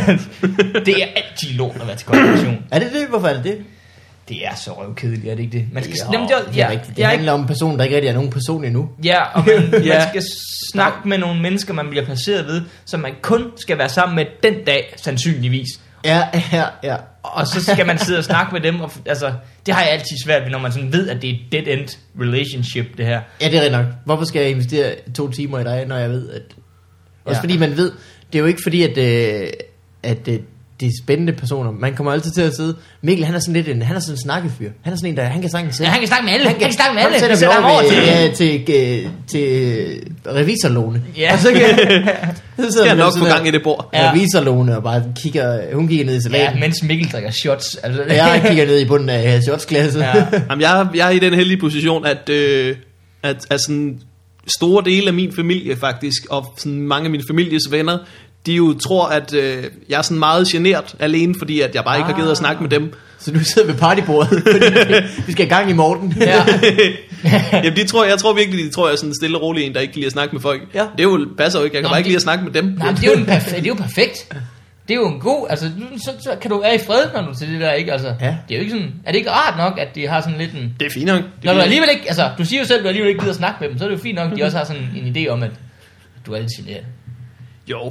det er altid lort at være til konfirmation. Er det det? Hvorfor er det det? Det er så røvkedeligt, er det ikke det? Man skal, Jo, jamen, det er rigtigt. Det jeg er handler om en person, der ikke rigtig er nogen person endnu. Ja, og man, Ja. man skal snakke med nogle mennesker, man bliver placeret ved, som man kun skal være sammen med den dag, sandsynligvis. Ja, ja, ja. Og så skal man sidde og snakke med dem, og, altså, det har jeg altid svært ved, når man sådan ved, at det er et dead-end relationship, det her. Ja, det er rigtigt nok. Hvorfor skal jeg investere to timer i dig, når jeg ved, at... Også Ja. fordi man ved, det er jo ikke fordi, at, øh, at øh, det er spændende personer. Man kommer altid til at sidde... Mikkel, han er sådan lidt en, han er sådan en snakkefyr. Han er sådan en, der han kan sagtens selv. Ja, han kan snakke med alle, han kan snakke med alle. Han sætter Vi vi sætter ham over over ved, til- ja, til, øh, til revisorlåne. Ja. Og så kan så Skal jeg nok få gang i det bord. Ja. Revisorlåne og bare kigger... Hun kigger ned i Ja, salaten. mens Mikkel drikker shots. Altså, Ja, jeg kigger ned i bunden af shotsglasset. Ja. Jamen, jeg, er- jeg er i den heldige position, at, øh, at, at sådan store dele af min familie faktisk, og sådan mange af min families venner, de jo tror, at øh, jeg er sådan meget genert alene, fordi at jeg bare ikke har givet at snakke med dem. Så du sidder ved partybordet, fordi vi skal i gang i Morten. Ja. Jamen, de tror, jeg tror virkelig, de tror, jeg er sådan en stille og rolig en, der ikke kan lide at snakke med folk. Ja. Det er jo, passer jo ikke, jeg kan Nå, bare ikke det- lide at snakke med dem. Nej, men det er jo, en perf- det er jo perfekt. Det er jo en god, altså, så, så kan du være i fred, når du til det der, ikke? Altså, Ja. det er jo ikke sådan, er det ikke rart nok, at de har sådan lidt en... Det er fint nok. Det er Når du fint nok. alligevel ikke, altså, du siger jo selv, at du alligevel ikke gider at snakke med dem, så er det jo fint nok, at de også har sådan en idé om, at du er lidt generet. Jo.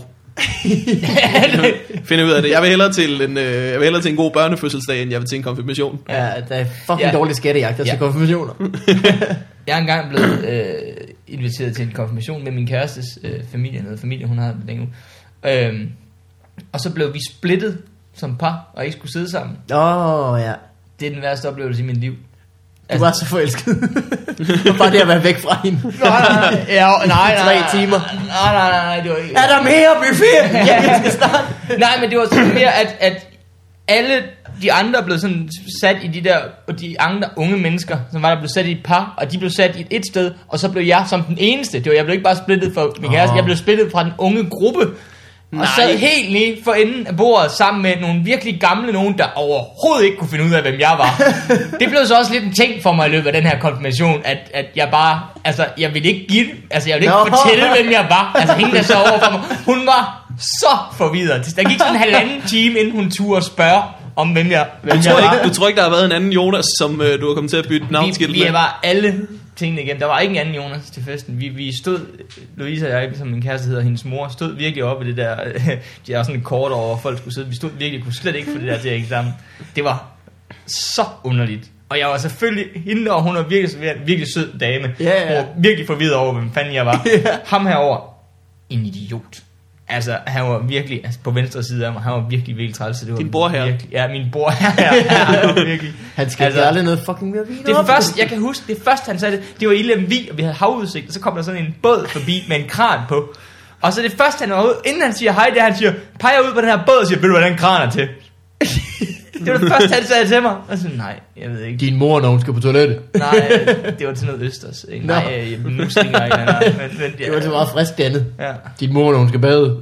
Find ud af det. Jeg vil hellere til en, øh, jeg vil hellere til en god børnefødselsdag, end jeg vil til en konfirmation. Ja, der er fucking Ja. ja. dårlig skattejagt, der Ja. til konfirmationer. Jeg er engang blevet øh, inviteret til en konfirmation med min kærestes øh, familie, noget familie, hun havde længe nu. Øhm, og så blev vi splittet som par, og ikke skulle sidde sammen. Åh, oh, ja. Det er den værste oplevelse i mit liv. Du var så forelsket. Og bare det at være væk fra hende. Nej, nej, nej, ja, nej, nej, Tre nej, timer. Nej, nej, nej, nej, det var ikke... Er der mere buffet? Ja, vi skal starte. Nej, men det var sådan mere, at, at alle de andre blev sådan sat i de der, og de andre unge mennesker, som var der blev sat i et par, og de blev sat i et, et sted, og så blev jeg som den eneste. Det var, jeg blev ikke bare splittet fra min kæreste, Åh. jeg blev splittet fra den unge gruppe. Og Nej. sad helt lige for enden af bordet sammen med nogle virkelig gamle nogen, der overhovedet ikke kunne finde ud af, hvem jeg var. Det blev så også lidt en ting for mig i løbet af den her konfirmation, at, at jeg bare, altså jeg ville ikke give, altså jeg ville ikke Nå. fortælle, hvem jeg var. Altså hende, der så over for mig, hun var så forvirret. Der gik sådan en halvanden time, inden hun turde spørge om, hvem jeg, hvem Du jeg tror, var. ikke, du tror ikke, der har været en anden Jonas, som øh, du har kommet til at bytte navnskilt Vi, med? vi var alle tingene igennem. Der var ikke en anden Jonas til festen. Vi, vi stod, Louise og jeg, som min kæreste hedder, hendes mor, stod virkelig oppe i det der, de var sådan kort over, hvor folk skulle sidde. Vi stod virkelig, kunne slet ikke få det der til at hænge sammen. Det var så underligt. Og jeg var selvfølgelig, hende og hun var virkelig, virkelig sød dame. Ja, ja. Hun var virkelig forvirret over, hvem fanden jeg var. Ham herover en idiot. Altså, han var virkelig, altså på venstre side af mig, han var virkelig, virkelig træls. Det var Din bror her? virkelig, ja, min bror her. Ja, han var virkelig. Han skal Altså, altså, aldrig noget fucking mere vin det op. første, jeg kan huske, det første han sagde det, det var i Lemvig, og vi havde havudsigt, og så kom der sådan en båd forbi med en kran på. Og så det første han var ude, inden han siger hej, det er, han siger, peger ud på den her båd og siger, ved du hvad den kran er til? Det var det første, han sagde til mig. Og så, nej, jeg ved ikke. Din mor, når hun skal på toilettet. Nej, det var til noget østers. Ikke? Nej, jeg, nu stinger jeg ikke. Nej, men, men, Det var så meget frisk det andet. Ja. Din mor, når hun skal bade.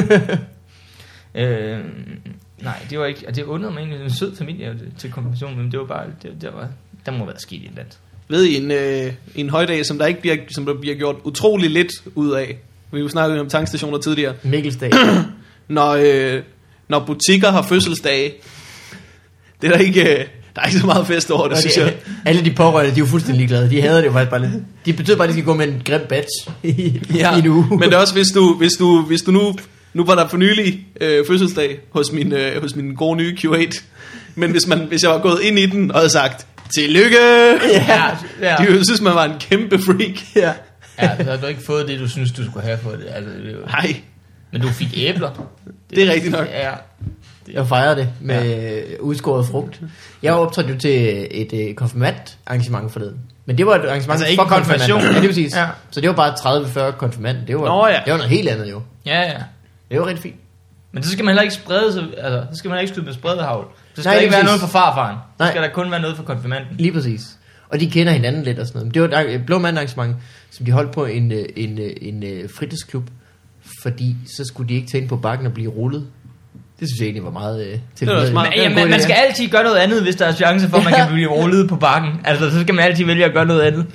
Ja. øh, nej, det var ikke. Og det undrede mig egentlig. En sød familie til konfirmation, men det var bare, det, det var, der må være sket i et land. Ved I en, øh, en højdag, som der ikke bliver, som der bliver gjort utrolig lidt ud af? Vi har jo snakket om tankstationer tidligere. Mikkelsdag. Når, øh, når butikker har fødselsdage, det er der ikke, øh, der er ikke så meget fest over det, synes jeg. Alle de pårørende, de er jo fuldstændig ligeglade. De hader det jo faktisk bare lidt. De betyder bare, at de skal gå med en grim badge i, Ja, i en uge. men det er også, hvis du, hvis du, hvis du nu, nu var der for nylig øh, fødselsdag hos min, øh, hos min gode nye Q otte, men hvis, man, hvis jeg var gået ind i den og havde sagt, tillykke, Ja, ja. de ville synes, man var en kæmpe freak. Ja. Ja, så har du ikke fået det, du synes, du skulle have fået det. Altså, det var... Nej, Men du fik æbler. det er rigtigt nok. Ja. Jeg fejrer det med ja. udskåret frugt. Jeg optrådte jo til et øh, konfirmant-arrangement forleden. Men det var et arrangement Altså for ikke konfirmation. konfirmation. Ja, det er præcis. Ja. Så det var bare tredive til fyrre konfirmand. Det var, Nå, ja. det var noget helt andet jo. Ja, ja. Det var rigtig fint. Men så skal man heller ikke sprede sig, altså, så skal man ikke skyde med spredehavl. Så skal Nej, der ikke det er være præcis. noget for farfaren. Så Nej. skal der kun være noget for konfirmanden. Lige præcis. Og de kender hinanden lidt og sådan noget. Men det var et, et blå mandarrangement, som de holdt på en, øh, en, en, en, en fritidsklub. Fordi så skulle de ikke tænke på bakken og blive rullet. Det synes jeg egentlig var meget øh, til. Det var smart. Men, ja, man, man skal altid gøre noget andet, hvis der er chance for, at man kan blive rullet på bakken. Altså, så skal man altid vælge at gøre noget andet.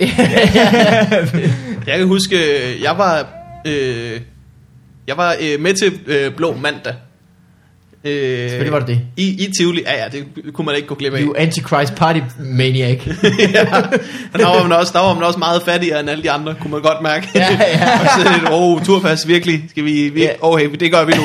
Jeg kan huske, jeg var, øh, jeg var øh, med til øh, Blå Mandag. Øh, Selvfølgelig var det det. I, I Tivoli, ja ja, det kunne man ikke gå glip af. You Antichrist Party Maniac. Ja, og der var man også, der var man også meget fattigere end alle de andre, kunne man godt mærke. Ja, ja. Og så lidt, åh, turpas, virkelig, skal vi, vi Ja. åh, hey, det gør vi nu.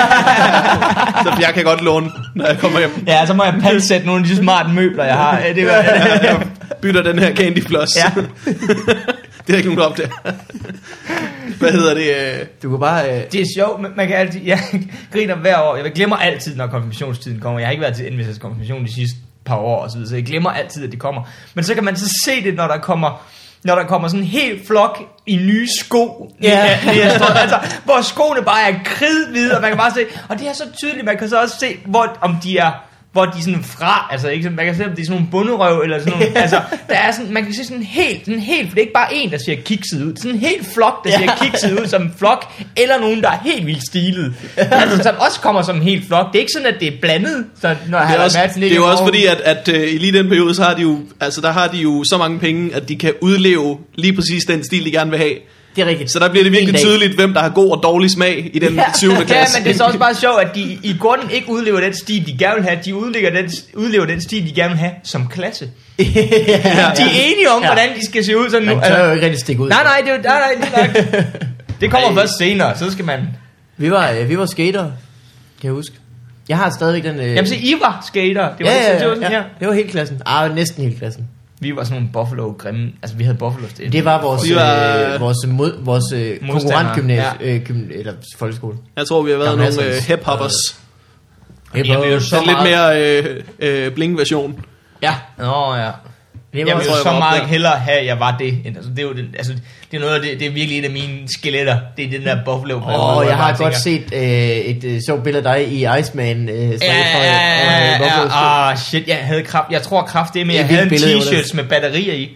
Så jeg kan godt låne, når jeg kommer hjem. Ja, så må jeg pantsætte nogle af de smarte møbler, jeg har. Det var, Jeg bytter den her candy floss. Ja. Det er ikke nogen, der opdager. Hvad hedder det? øh? Du kan bare... Øh, det er sjovt, men man kan altid... Jeg griner hver år. Jeg glemmer altid, når konfirmationstiden kommer. Jeg har ikke været til N V S konfirmation de sidste par år og så videre, så jeg glemmer altid, at det kommer. Men så kan man så se det, når der kommer... Når der kommer sådan en helt flok i nye sko, Ja. yeah. altså, hvor skoene bare er kridhvide, og man kan bare se, og det er så tydeligt, man kan så også se, hvor, om de er, hvor de er sådan fra, altså ikke, man kan se, om de er sådan nogle bunderøv, eller sådan nogle, altså, der er sådan, man kan se sådan helt, sådan helt, for det er ikke bare en, der ser kikset ud, sådan en helt flok, der ser kikset ud som en flok, eller nogen, der er helt vildt stilet, altså, som også kommer som en helt flok, det er ikke sådan, at det er blandet, så når Det er, også, det er jo også fordi, at, at uh, i lige den periode, så har de jo, altså der har de jo så mange penge, at de kan udleve lige præcis den stil, de gerne vil have. det er rigtigt. Så der bliver det virkelig En dag. tydeligt, hvem der har god og dårlig smag i den Ja. syvende Ja, klasse. men det er så også bare sjovt, at de i grunden ikke udlever den stil, de gerne vil have. De udlever den, udlever den stil, de gerne vil have som klasse. ja, De er enige om, Ja. hvordan de skal se ud sådan nu. Man tør jo ikke rigtig stikke ud. Nej, nej, det er jo, nej, nej, det, er nok. Det kommer Ej. først senere, så skal man... Vi var, øh, vi var skater, kan jeg huske. Jeg har stadigvæk den... Øh... Jamen, så I var skater. Det var, ja, ja, det var ja, sådan, ja, ja. det var hele klassen. Ah, næsten hele klassen. Vi var sådan nogle Buffalo grimme. Altså, vi havde Buffalo stil. Det var vores, Vi var- øh, vores, mod, vores øh, konkurrentgymnasie, ja. øh, gym, eller folkeskole. Jeg tror, vi har været Gamle nogle øh, Assens. hip-hoppers. Jamen, jeg vil jo så Så lidt meget... mere øh, øh, bling-version. Ja, Nå, ja. det Jeg tror, vil jo jeg så var meget op der. hellere have, at jeg var det. End, altså, det er jo den, altså, det er noget af det, det er virkelig et af mine skeletter. Det er den der Buffalo. Åh, oh, jeg har godt set øh, et øh, sjovt billede af dig i Iceman. Øh, Ja, ja, ja, ja, ja. Ah, shit, jeg havde kraft. Jeg tror kraft det, men Det er jeg et havde en vildt billede, t-shirts med batterier i.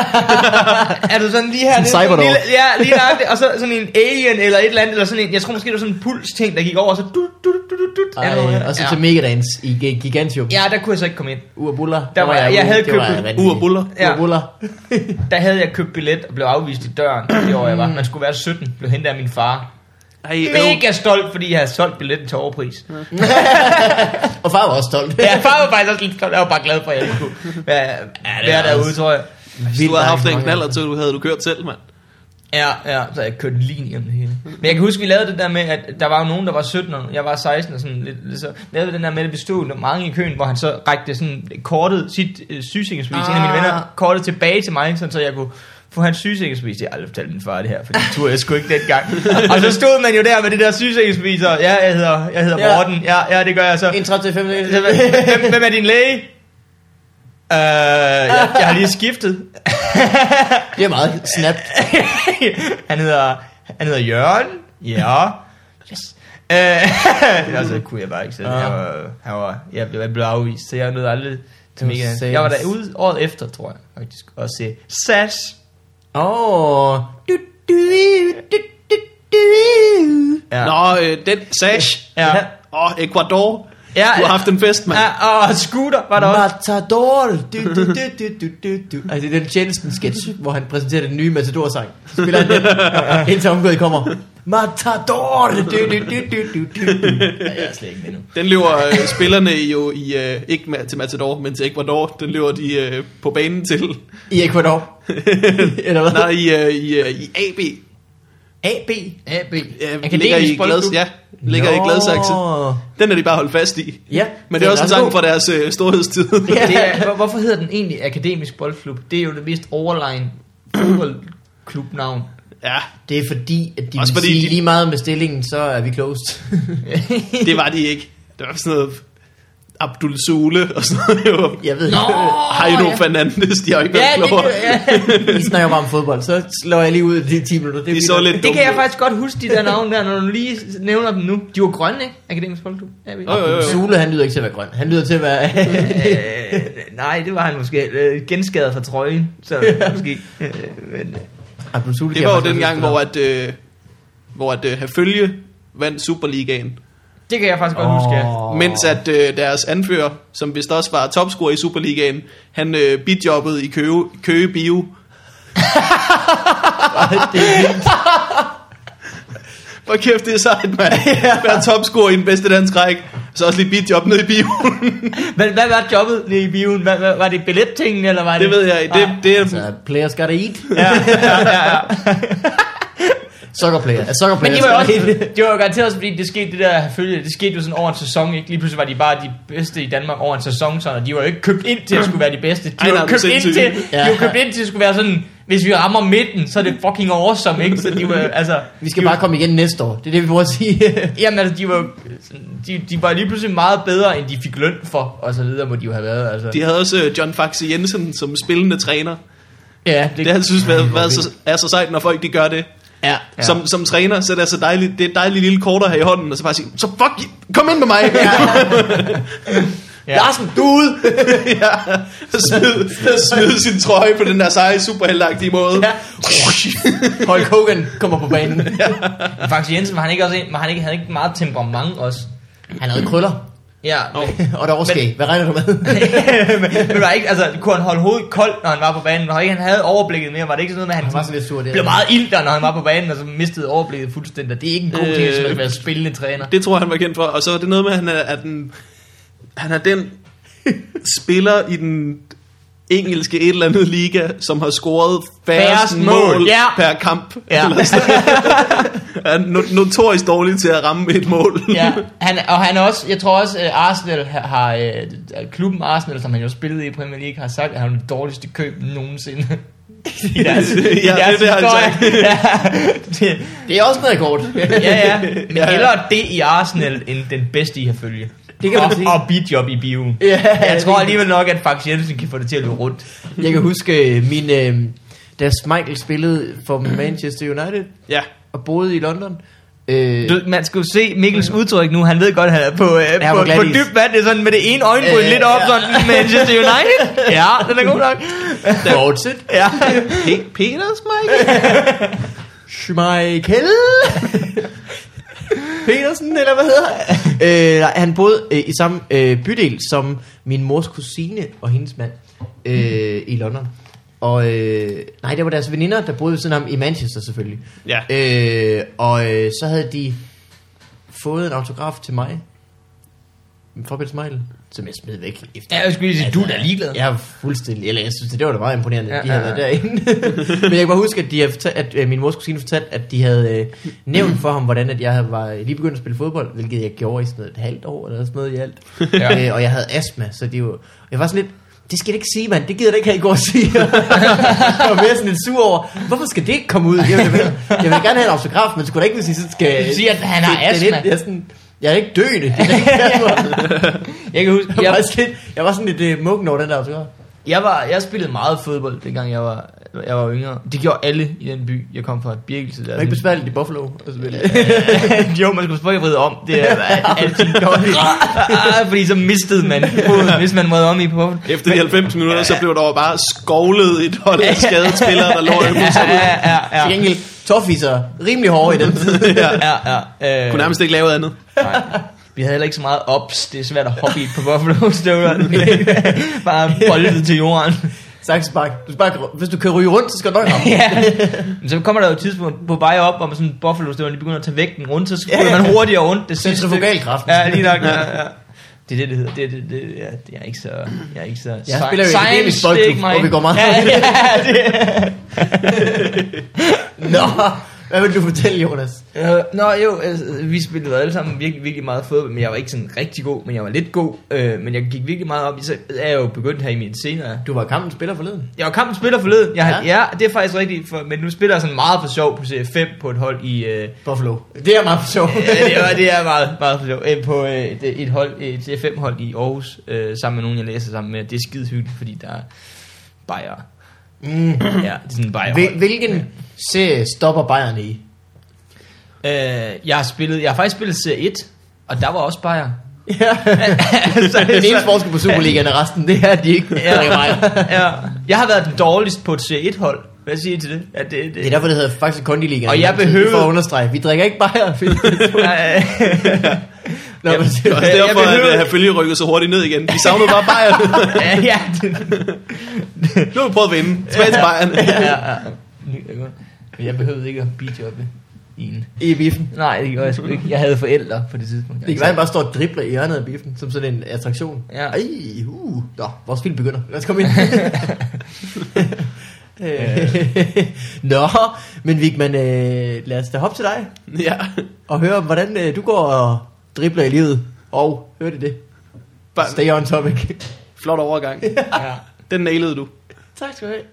Er du sådan lige her? Sådan en det er sådan Cyberdog. lille, ja, lige nøjagtigt. Og så sådan en alien eller et eller andet, eller sådan en, jeg tror måske det var sådan en puls ting, der gik over, og så du, du, du, du, du. Ej, og så ja. til Megadance i G- Gigantium. Ja, der kunne jeg så ikke komme ind. Uabulla. Der var jeg- jeg havde købt Ur og buller. Ja. Uabulla. Der havde jeg købt billet og blev afvist i døren det år jeg var. Man skulle være sytten, blev hentet af min far. Ej, øv. Mega stolt, fordi jeg havde solgt billetten til overpris. Og far var også stolt. Ja, far var faktisk også lidt stolt. Jeg var bare glad for, at jeg ikke kunne være, være derude, tror jeg. Hvis du havde haft en knaller til, du havde du kørt selv, mand. Ja, ja, så jeg kørte lige igennem det hele. Men jeg kan huske, vi lavede det der med, at der var jo nogen, der var sytten, og jeg var seksten, og sådan lidt, lidt så lavede vi den der med, at vi stod mange i køen, hvor han så rækte sådan kortet, sit øh, sygesikringsbevis, ah. en af mine venner, kortet tilbage til mig, sådan, så jeg kunne få hans sygesikringsbevis. Jeg har aldrig fortalt min far det her, for det turde jeg sgu ikke dengang. Og så stod man jo der med det der sygesikringsbevis, og ja, jeg hedder, jeg hedder Ja. Morten, ja, ja, det gør jeg så. En tredive til fem Hvem, hvem er din læge? Uh, jeg, jeg har lige skiftet. Det er meget snapt. han hedder han hedder Jørgen. Ja. Yes. Øh, altså, det kunne jeg bare ikke selv. Ja. Jeg var, jeg var, jeg blev, jeg blev afvist, så jeg nåede aldrig til var Megaland. satans. Jeg var derude året efter, tror jeg, faktisk, og se Sash. Åh. Oh. Du, du, du, du, du. Ja. Nå, øh, den Sash. Ja. Åh, Ecuador. Ja, Du har haft en fest, mand. Ja, og Scooter var der også. Matador. Du, du, du, du, du, du, du. Altså, det er den tjenesten sketch, hvor han præsenterer den nye Matador-sang. Så spiller han den, indtil omgået kommer. Matador. Du, du, du, du, du, du. Ja, jeg er slet ikke med nu. Den løber øh, spillerne jo i, øh, ikke med, til Matador, men til Ecuador. Den løber de øh, på banen til. I Ecuador. Eller hvad? Nej, i, øh, i, øh, i A B. A B. A B. Ja, ligger i Glads, ja, ligger i Gladsaxe. Den er de bare holdt fast i. Ja. Men det er også en ret sang god. fra deres øh, storhedstid. Ja. Det er, hvor- hvorfor hedder den egentlig Akademisk Boldklub? Det er jo det mest overline fodboldklubnavn. Ja, Det er fordi, at de Også vil fordi sige de- lige meget med stillingen, så er vi closed. det var de ikke. Det var sådan noget Abdul Sule og sådan noget. Jo. Jeg ved Nå! ikke. Heino ja. Fernandes, de har jo ikke Ja, været det, klogere. ja. I snakker bare om fodbold, så slår jeg lige ud i de ti minutter. Det er De fordi, så der- lidt det dumme kan jeg ud. faktisk godt huske, de der navne der, når du lige nævner dem nu. De var grønne, ikke? Akademisk Boldklub. A B. Jo, jo, jo. Sule, han lyder ikke til at være grøn. Han lyder til at være... Øh, nej, det var han måske. Øh, genskadet fra trøjen, så måske. Øh, men, Abdul Sule, Det kan var jeg jo den faktisk gang, også hvor at, øh, hvor at øh, Herfølge vandt Superligaen. det kan jeg faktisk godt Åh. huske, ja. Åh. Mens at øh, deres anfører, som vist også var topscorer i Superligaen, han øh, bidjobbede i Køge, Køge Bio. Hvor kæft, det er sejt, mand. Være topscorer i den bedste dansk række. Så også lige bidjob ned i bioen. Hvad, hvad var jobbet nede i bioen? Hvad, hvad, var det billettingen, eller var det... Det ved jeg ikke. Det, Nej. det er, Så players gotta eat. Ja, ja, ja, ja. Soccer player. Soccer Men players det var jo også, gotta eat. det var jo garanteret også, fordi det skete det der, følge, det skete jo sådan over en sæson, ikke? Lige pludselig var de bare de bedste i Danmark over en sæson, sådan, og de var jo ikke købt ind til at skulle være de bedste. De Ej, var nej, jo købt det er ind til, sindssygt. de var købt ind til at skulle være sådan, hvis vi rammer midten, så er det fucking awesome, ikke? Så de var, altså... Vi skal de bare komme igen næste år. Det er det, vi prøver at sige. Jamen altså, de var, de, de var lige pludselig meget bedre, end de fik løn for, og så videre må de jo have været, altså. de havde også øh, John Faxe Jensen som spillende træner. Ja, Det har jeg synes været, været så, er så sejt, når folk de gør det. Ja. Ja. Som, som træner, så er det altså dejligt, det er et dejligt lille kort at have i hånden, og så bare sige, så fuck, kom ind med mig. Ja. Ja. Larsen, du er ude. ja. Smid, smid sin trøje på den der seje, superheltagtige måde. Ja. Hulk Hogan kommer på banen. Men faktisk Jensen, var han ikke også en, var han ikke, havde ikke meget temperament også? Han havde krøller. Ja, Nå. Og der overskæg. Hvad regner du med? men, men var ikke, altså, kunne han holde hovedet koldt, når han var på banen? Var ikke, han havde overblikket mere? Var det ikke sådan noget med, at han, Han var sådan lidt sur der. blev meget ilter, når han var på banen, og så mistede overblikket fuldstændig? Det er ikke en god ting, Øh, som at være spillende træner. Det tror jeg, han var kendt for. Og så er det noget med, at han er, er den, han er den spiller i den engelske et eller andet liga, som har scoret færrest Færrest mål, mål, ja. per kamp. Ja. Eller sådan. Han er no- notorisk dårlig til at ramme et mål. Ja, han, og han er også, jeg tror også, at Arsenal har, har øh, klubben Arsenal, som han jo spillede i Premier League, har sagt, at han er det dårligste køb nogensinde. I deres, i Ja, deres det- det har han historie. Ja, det, Det er også en rekord. ja, ja, men Ja. hellere det i Arsenal, end den bedste i herfølge. Det kan man og, sige. og beatjob i bioen. Ja, Jeg tror det- alligevel nok, at Fax Jensen kan få det til at løbe rundt. Jeg kan huske øh, min... Øh, da Michael spillede for Manchester United Ja. og boede i London. Øh, Du, man skulle se Mikkels udtryk nu. Han ved godt, at han er på, øh, Ja, på, hvor på glatis. dybt vand. Det er sådan med det ene øjenbryn Øh, lidt op, ja. sådan Manchester United. Ja, den er god nok. Fortsæt. Ja. Pe- Peters, Mike? Schmeichel Petersen, eller hvad hedder han? øh, nej, han boede øh, i samme øh, bydel som min mors kusine og hendes mand øh, i London. Og øh, nej, det var deres veninder, der boede ved siden af ham i Manchester selvfølgelig. Ja. Øh, og øh, så havde de fået en autograf til mig fra Peter Schmeichel, som jeg smed væk efter. Ja, jeg skulle lige sige, du er da ligeglad. Jeg er fuldstændig, eller jeg synes, det var da meget imponerende, at de Ja, havde ja, været derinde. Men jeg kan bare huske, at, de havde fortalt, at øh, min mors kusine fortalte, at de havde øh, nævnt for ham, hvordan at jeg havde, var lige begyndt at spille fodbold, hvilket jeg gjorde i sådan noget, et halvt år, eller sådan noget i alt. Ja. øh, og jeg havde astma, så det var, jeg var sådan lidt, det skal jeg ikke sige, mand. Det gider jeg ikke have, I går og siger. Jeg var mere sådan lidt sur over, hvorfor skal det ikke komme ud? Jeg vil, jeg vil gerne have en autograf, men skulle da ikke, hvis I så skal... Du siger, at han har det- det er astma. lidt- Jeg er, sådan, jeg er ikke døende. Det er det, jeg, Jeg kan huske, jeg, jeg, var sådan lidt, jeg var sådan lidt uh, muggen over den der autograf. jeg, var, jeg spillede meget fodbold, dengang jeg var jeg var yngre. Det gjorde alle i den by, jeg kom fra, Birkelse. Det er ikke besværligt i Buffalo. Jo, man skulle spørge vride om. Det er altid dårligt. Fordi så mistede man foden, hvis man vrede om i på. Efter de halvfems minutter, så blev der jo bare skovlet et hold af skadede spillere, der lå i bussen. Ja, ja, ja. Til gengæld, toffiser, rimelig hårde i den tid. Ja, ja, ja. Kunne nærmest ikke lave andet. Nej. Vi havde heller ikke så meget ops. Det er svært at hoppe i på Buffalo-støvler. Bare boldet til jorden. Saksespark. Du bare, hvis du kan ryge rundt, så skal du nok ramme. Ja. Men så kommer der jo et tidspunkt på vej op, hvor man sådan Buffalo-støvler, de begynder at tage vægten rundt, så skulle ja. man hurtigere rundt. Det sidste centrifugalkraft. Ja, lige nok. Ja, ja. Det er det, det hedder. Det, det, det, ja, det er ikke så... Jeg er ikke så... Jeg spiller jo i akademisk boldklub, hvor vi går meget... Ja, ja, det. Nå, hvad vil du fortælle, Jonas? Uh, nå jo, altså, vi spillede alle sammen virkelig, virkelig meget fodbold, men jeg var ikke sådan rigtig god, men jeg var lidt god, uh, men jeg gik virkelig meget op i, så er jeg jo begyndt her i min senere. Du var kampens spiller forleden. Jeg var kampens spiller forleden, jeg, ja. ja, det er faktisk rigtigt, for, men nu spiller jeg sådan meget for sjov på C F fem på et hold i... Uh, Buffalo. Det er meget for sjov. ja, det er, det er meget, meget for sjov. Uh, på uh, et, et, hold, et C F fem hold i Aarhus, uh, sammen med nogen, jeg læser sammen med. Det er skide hyggeligt, fordi der er bajere. Mm. Ja, det er sådan en bajerhold. Hvilken serie stopper bajerne i? Uh, jeg har spillet, jeg har faktisk spillet Serie et, og der var også bajer. Ja. altså, den eneste forskel på Superligaen og resten, det er, at de ikke ja, ja. Jeg har været den dårligst på et Serie et hold. Hvad siger I til det? Ja, det, det? Det er derfor, det hedder faktisk Kondi-ligaen. Og jeg behøver... For at understrege, vi drikker ikke bajer. Nå, men det er også derfor, behøver... at have følge rykket så hurtigt ned igen. Vi savnede bare bajer. ja, ja. Nu har vi prøvet at vinde. Tilbage til bajerne. ja, ja. Jeg behøvede ikke at bijobbe i en... I biffen? Nej, det gjorde jeg sgu ikke. Jeg havde forældre på det tidspunkt. Det kan være, at bare står og dribler i hjørnet af biffen, som sådan en attraktion. Ja. Ej, uh. Nå, vores film begynder. Lad os komme ind. Nå, men Vigman, øh, lad os da hoppe til dig. Ja. Og høre, hvordan øh, du går og dribler i livet. Og, hørte det? Bare... Stay on topic. Flot overgang. Ja. Den nailede du. Tak skal du have.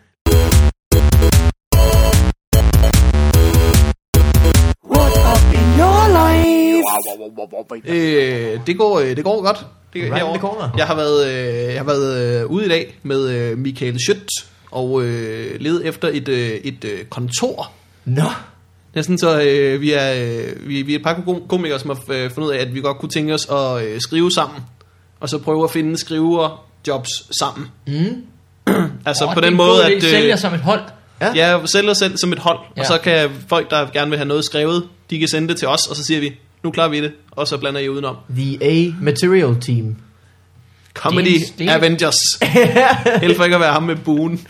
Øh, det går øh, det går godt. Det, right jeg har været øh, jeg har været øh, ude i dag med øh, Michael Schødt og øh, led efter et øh, et øh, kontor. Nå. Det er sådan så øh, vi er øh, vi, vi er et par komikere som har øh, fundet ud af at vi godt kunne tænke os at øh, skrive sammen og så prøve at finde skriverjobs sammen. Mm. altså oh, på den måde at øh, sælger som et hold. Ja, ja sælger selv som et hold, ja. Og så kan folk der gerne vil have noget skrevet, de kan sende det til os, og så siger vi nu klarer vi det, og så blander I udenom. The A Material Team. Comedy Stil. Avengers. Helt for ikke at være ham med buen.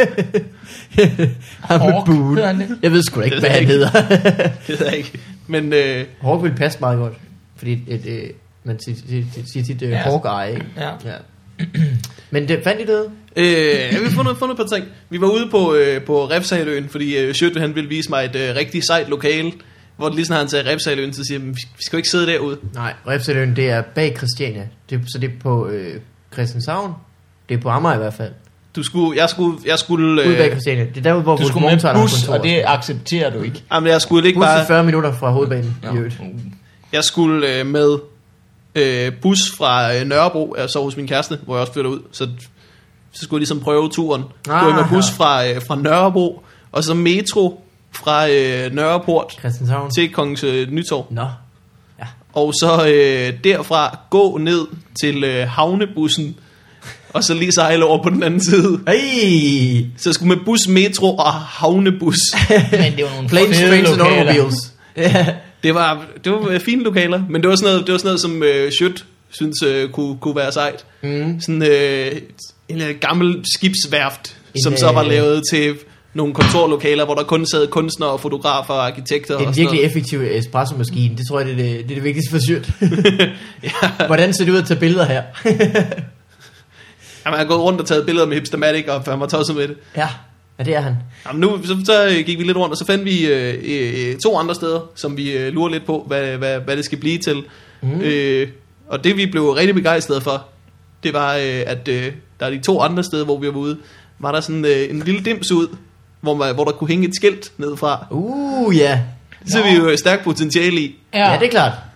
ham med buen. Jeg ved sgu da ikke, hvad han hedder. Det ved jeg ikke. Men øh, Hawk vil passe meget godt. Fordi et, et, et, man siger tit uh, ja. Hawkeye, ikke? Ja. Ja. Men det fandt I det? Øh, jeg har fundet, fundet på ting. Vi var ude på, øh, på Refsaløen, fordi øh, Schødt, han ville vise mig et øh, rigtig sejt lokale, hvor det lige sådan, han sagde Refsaløen, så siger han, vi skal jo ikke sidde derude. Nej, Refsaløen, det er bag Christiania. Det, så det er på øh, Christianshavn. Det er på Amager i hvert fald. Du skulle, jeg skulle, jeg skulle... Øh, Ude bag Christiania. Det er derude, hvor du skulle med bus, og det accepterer du ikke. Jamen, jeg skulle ikke bus bare... fyrre minutter fra hovedbanen. Ja. Jeg skulle øh, med øh, bus fra øh, Nørrebro, jeg så hos min kæreste, hvor jeg også flytter ud, så... Så skulle jeg ligesom prøve turen. Så skulle jeg med bus fra, øh, fra Nørrebro, og så metro fra øh, Nørreport til Kongens øh, Nytorv. Nå. Ja. Og så øh, derfra gå ned til øh, havnebussen, og så lige sejle over på den anden side. Hey. Så jeg skulle med bus, metro og havnebus. Men det var nogle Planes, trains and automobiles. det var det var fine lokaler, men det var sådan noget, det var sådan noget som øh, Schødt synes øh, kunne, kunne være sejt. Mm. Sådan øh, en øh, gammel skibsværft, en, som så var lavet til nogle kontorlokaler, hvor der kun sad kunstnere, fotografer og arkitekter. En og virkelig noget. Effektiv espresso-maskine. Det tror jeg, det er det, det, er det vigtigste for Schødt. ja. Hvordan ser det ud at tage billeder her? Jamen, jeg har gået rundt og taget billeder med Hipstamatic, og han var tosset med det. Ja, ja det er han. Jamen, nu så, så gik vi lidt rundt, og så fandt vi øh, øh, to andre steder, som vi øh, lurer lidt på, hvad, hvad, hvad det skal blive til. Mm. Øh, og det vi blev rigtig begejstrede for, det var, øh, at øh, der er de to andre steder, hvor vi var ude, var der sådan øh, en lille dims ud, hvor, man, hvor der kunne hænge et skilt nedefra. Uh, ja. Det ser vi jo stærkt potentiale i. Ja, ja det er klart.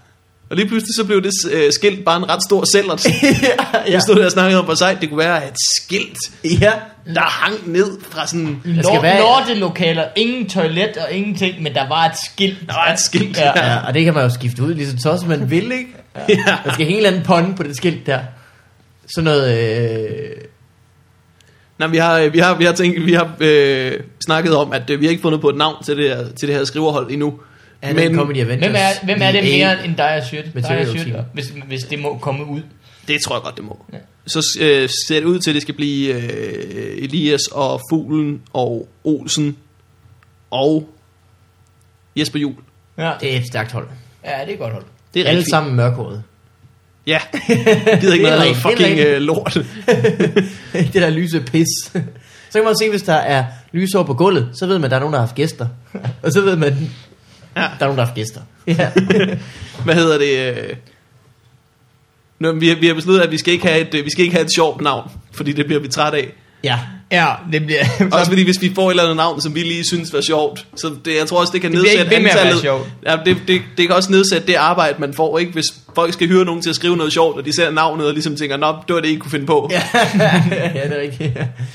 Og lige pludselig så blev det øh, skilt bare en ret stor cellert. ja, Jeg stod der og snakkede om, hvor sejt det kunne være et skilt, ja. der hang ned fra sådan... Der skal være- Lortelokaler, ingen toilet og ingenting, men der var et skilt. Der var et skilt, Ja. ja. Ja, og det kan man jo skifte ud, lige så tosset man vil, ikke? Ja. Der skal hænge en eller anden pond på det skilt der. Sådan noget... Øh... Nej, vi har, vi har, vi har, tænkt, vi har øh, snakket om, at øh, vi har ikke fundet på et navn til det her, til det her skriverhold endnu. Ja, men, Comedy Avengers. Hvem er, hvem er det mere end Dire Shirt? Material Dire Shirt, Team. hvis, hvis det må komme ud. Det tror jeg godt, det må. Ja. Så øh, ser det ud til, at det skal blive øh, Elias og Fuglen og Olsen og Jesper Juhl. Ja. Det er et stærkt hold. ja, det er et godt hold. Det er Alle rigtig sammen mørkhåret. Ja, jeg gider ikke Det er noget rigtigt, fucking det er øh, lort. Det der lyse pis. Så kan man se, hvis der er lysår på gulvet, så ved man, at der er nogen, der har haft gæster. Og så ved man, at Ja. der er nogen, der har haft gæster. Ja. Hvad hedder det? øh? Nå, vi, har, vi har besluttet, at vi skal ikke have et, øh, vi skal ikke have et sjovt navn, fordi det bliver vi træt af. ja. Ja, det bliver... Også fordi hvis vi får et eller andet navn, som vi lige synes var sjovt, så det, jeg tror også, det kan Det bliver nedsætte ikke ved med at være antallet. sjovt. Ja, det, det, det kan også nedsætte det arbejde, man får, ikke? Hvis folk skal hyre nogen til at skrive noget sjovt, og de ser navnet og ligesom tænker, nå, det var det, I kunne finde på. Ja, ja, det er rigtigt.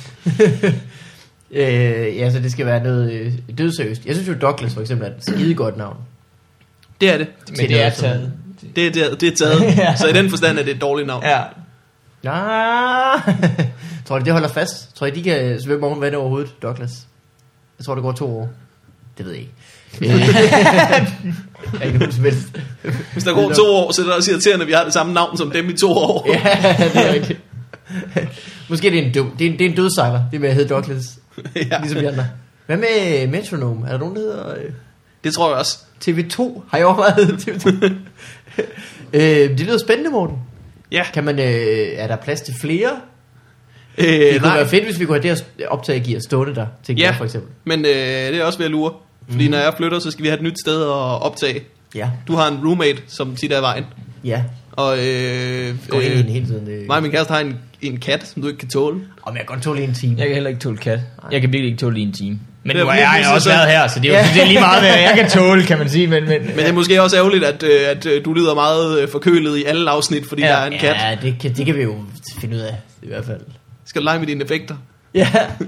øh, ja, så det skal være noget øh, dødseriøst. Jeg synes jo, Douglas for eksempel er et skide godt navn. Det er det. Men Til det er noget som- taget. Det er, det er, det er taget. Ja. Så i den forstand er det et dårligt navn. Ja. Ah. Tror du, det holder fast? Tror I, de kan svømme oven vand over hovedet, Douglas? Jeg tror, det går to år. Det ved jeg ikke. Øh, jeg er ikke nogen som helst. Hvis der går to år, så er det også irriterende, at vi har det samme navn som dem i to år. Ja, det er rigtigt. Måske er det en dum. Det er en, det er en dødsejler, det med at hedde Douglas. Ja, Ligesom de andre. Hvad med Metronome? Er der nogen, der hedder øh, det tror jeg også. T V to? Har jeg overvejet T V to? øh, det lyder spændende, Morten. Ja. Kan man, øh, er der plads til flere? Øh, Det kunne nej, være fedt, hvis vi kunne have det her optagegear stående der, tænker Ja. jeg for eksempel. men øh, det er også ved at lure. Fordi mm. når jeg flytter, så skal vi have et nyt sted at optage. Ja, Du har en roommate, som tit er i vejen. ja. Og øh, Gå ind i øh, den hele tiden. Øh. mig og min kæreste har en, en kat, som du ikke kan tåle. Om jeg kan godt tåle en time. Jeg kan heller ikke tåle kat. Jeg kan virkelig ikke tåle i en time. Men Det er nu har jeg, virkelig jeg også så- været her, så det er, jo, Ja. det er lige meget, hvad jeg kan tåle, kan man sige. Men, men, Men det er måske også ærgerligt, at, øh, at øh, du lyder meget øh, forkølet i alle afsnit, fordi Ja. der er en kat. Ja, det kan, det kan vi jo finde ud af, i hvert fald. Skal du lege med dine effekter? Ja.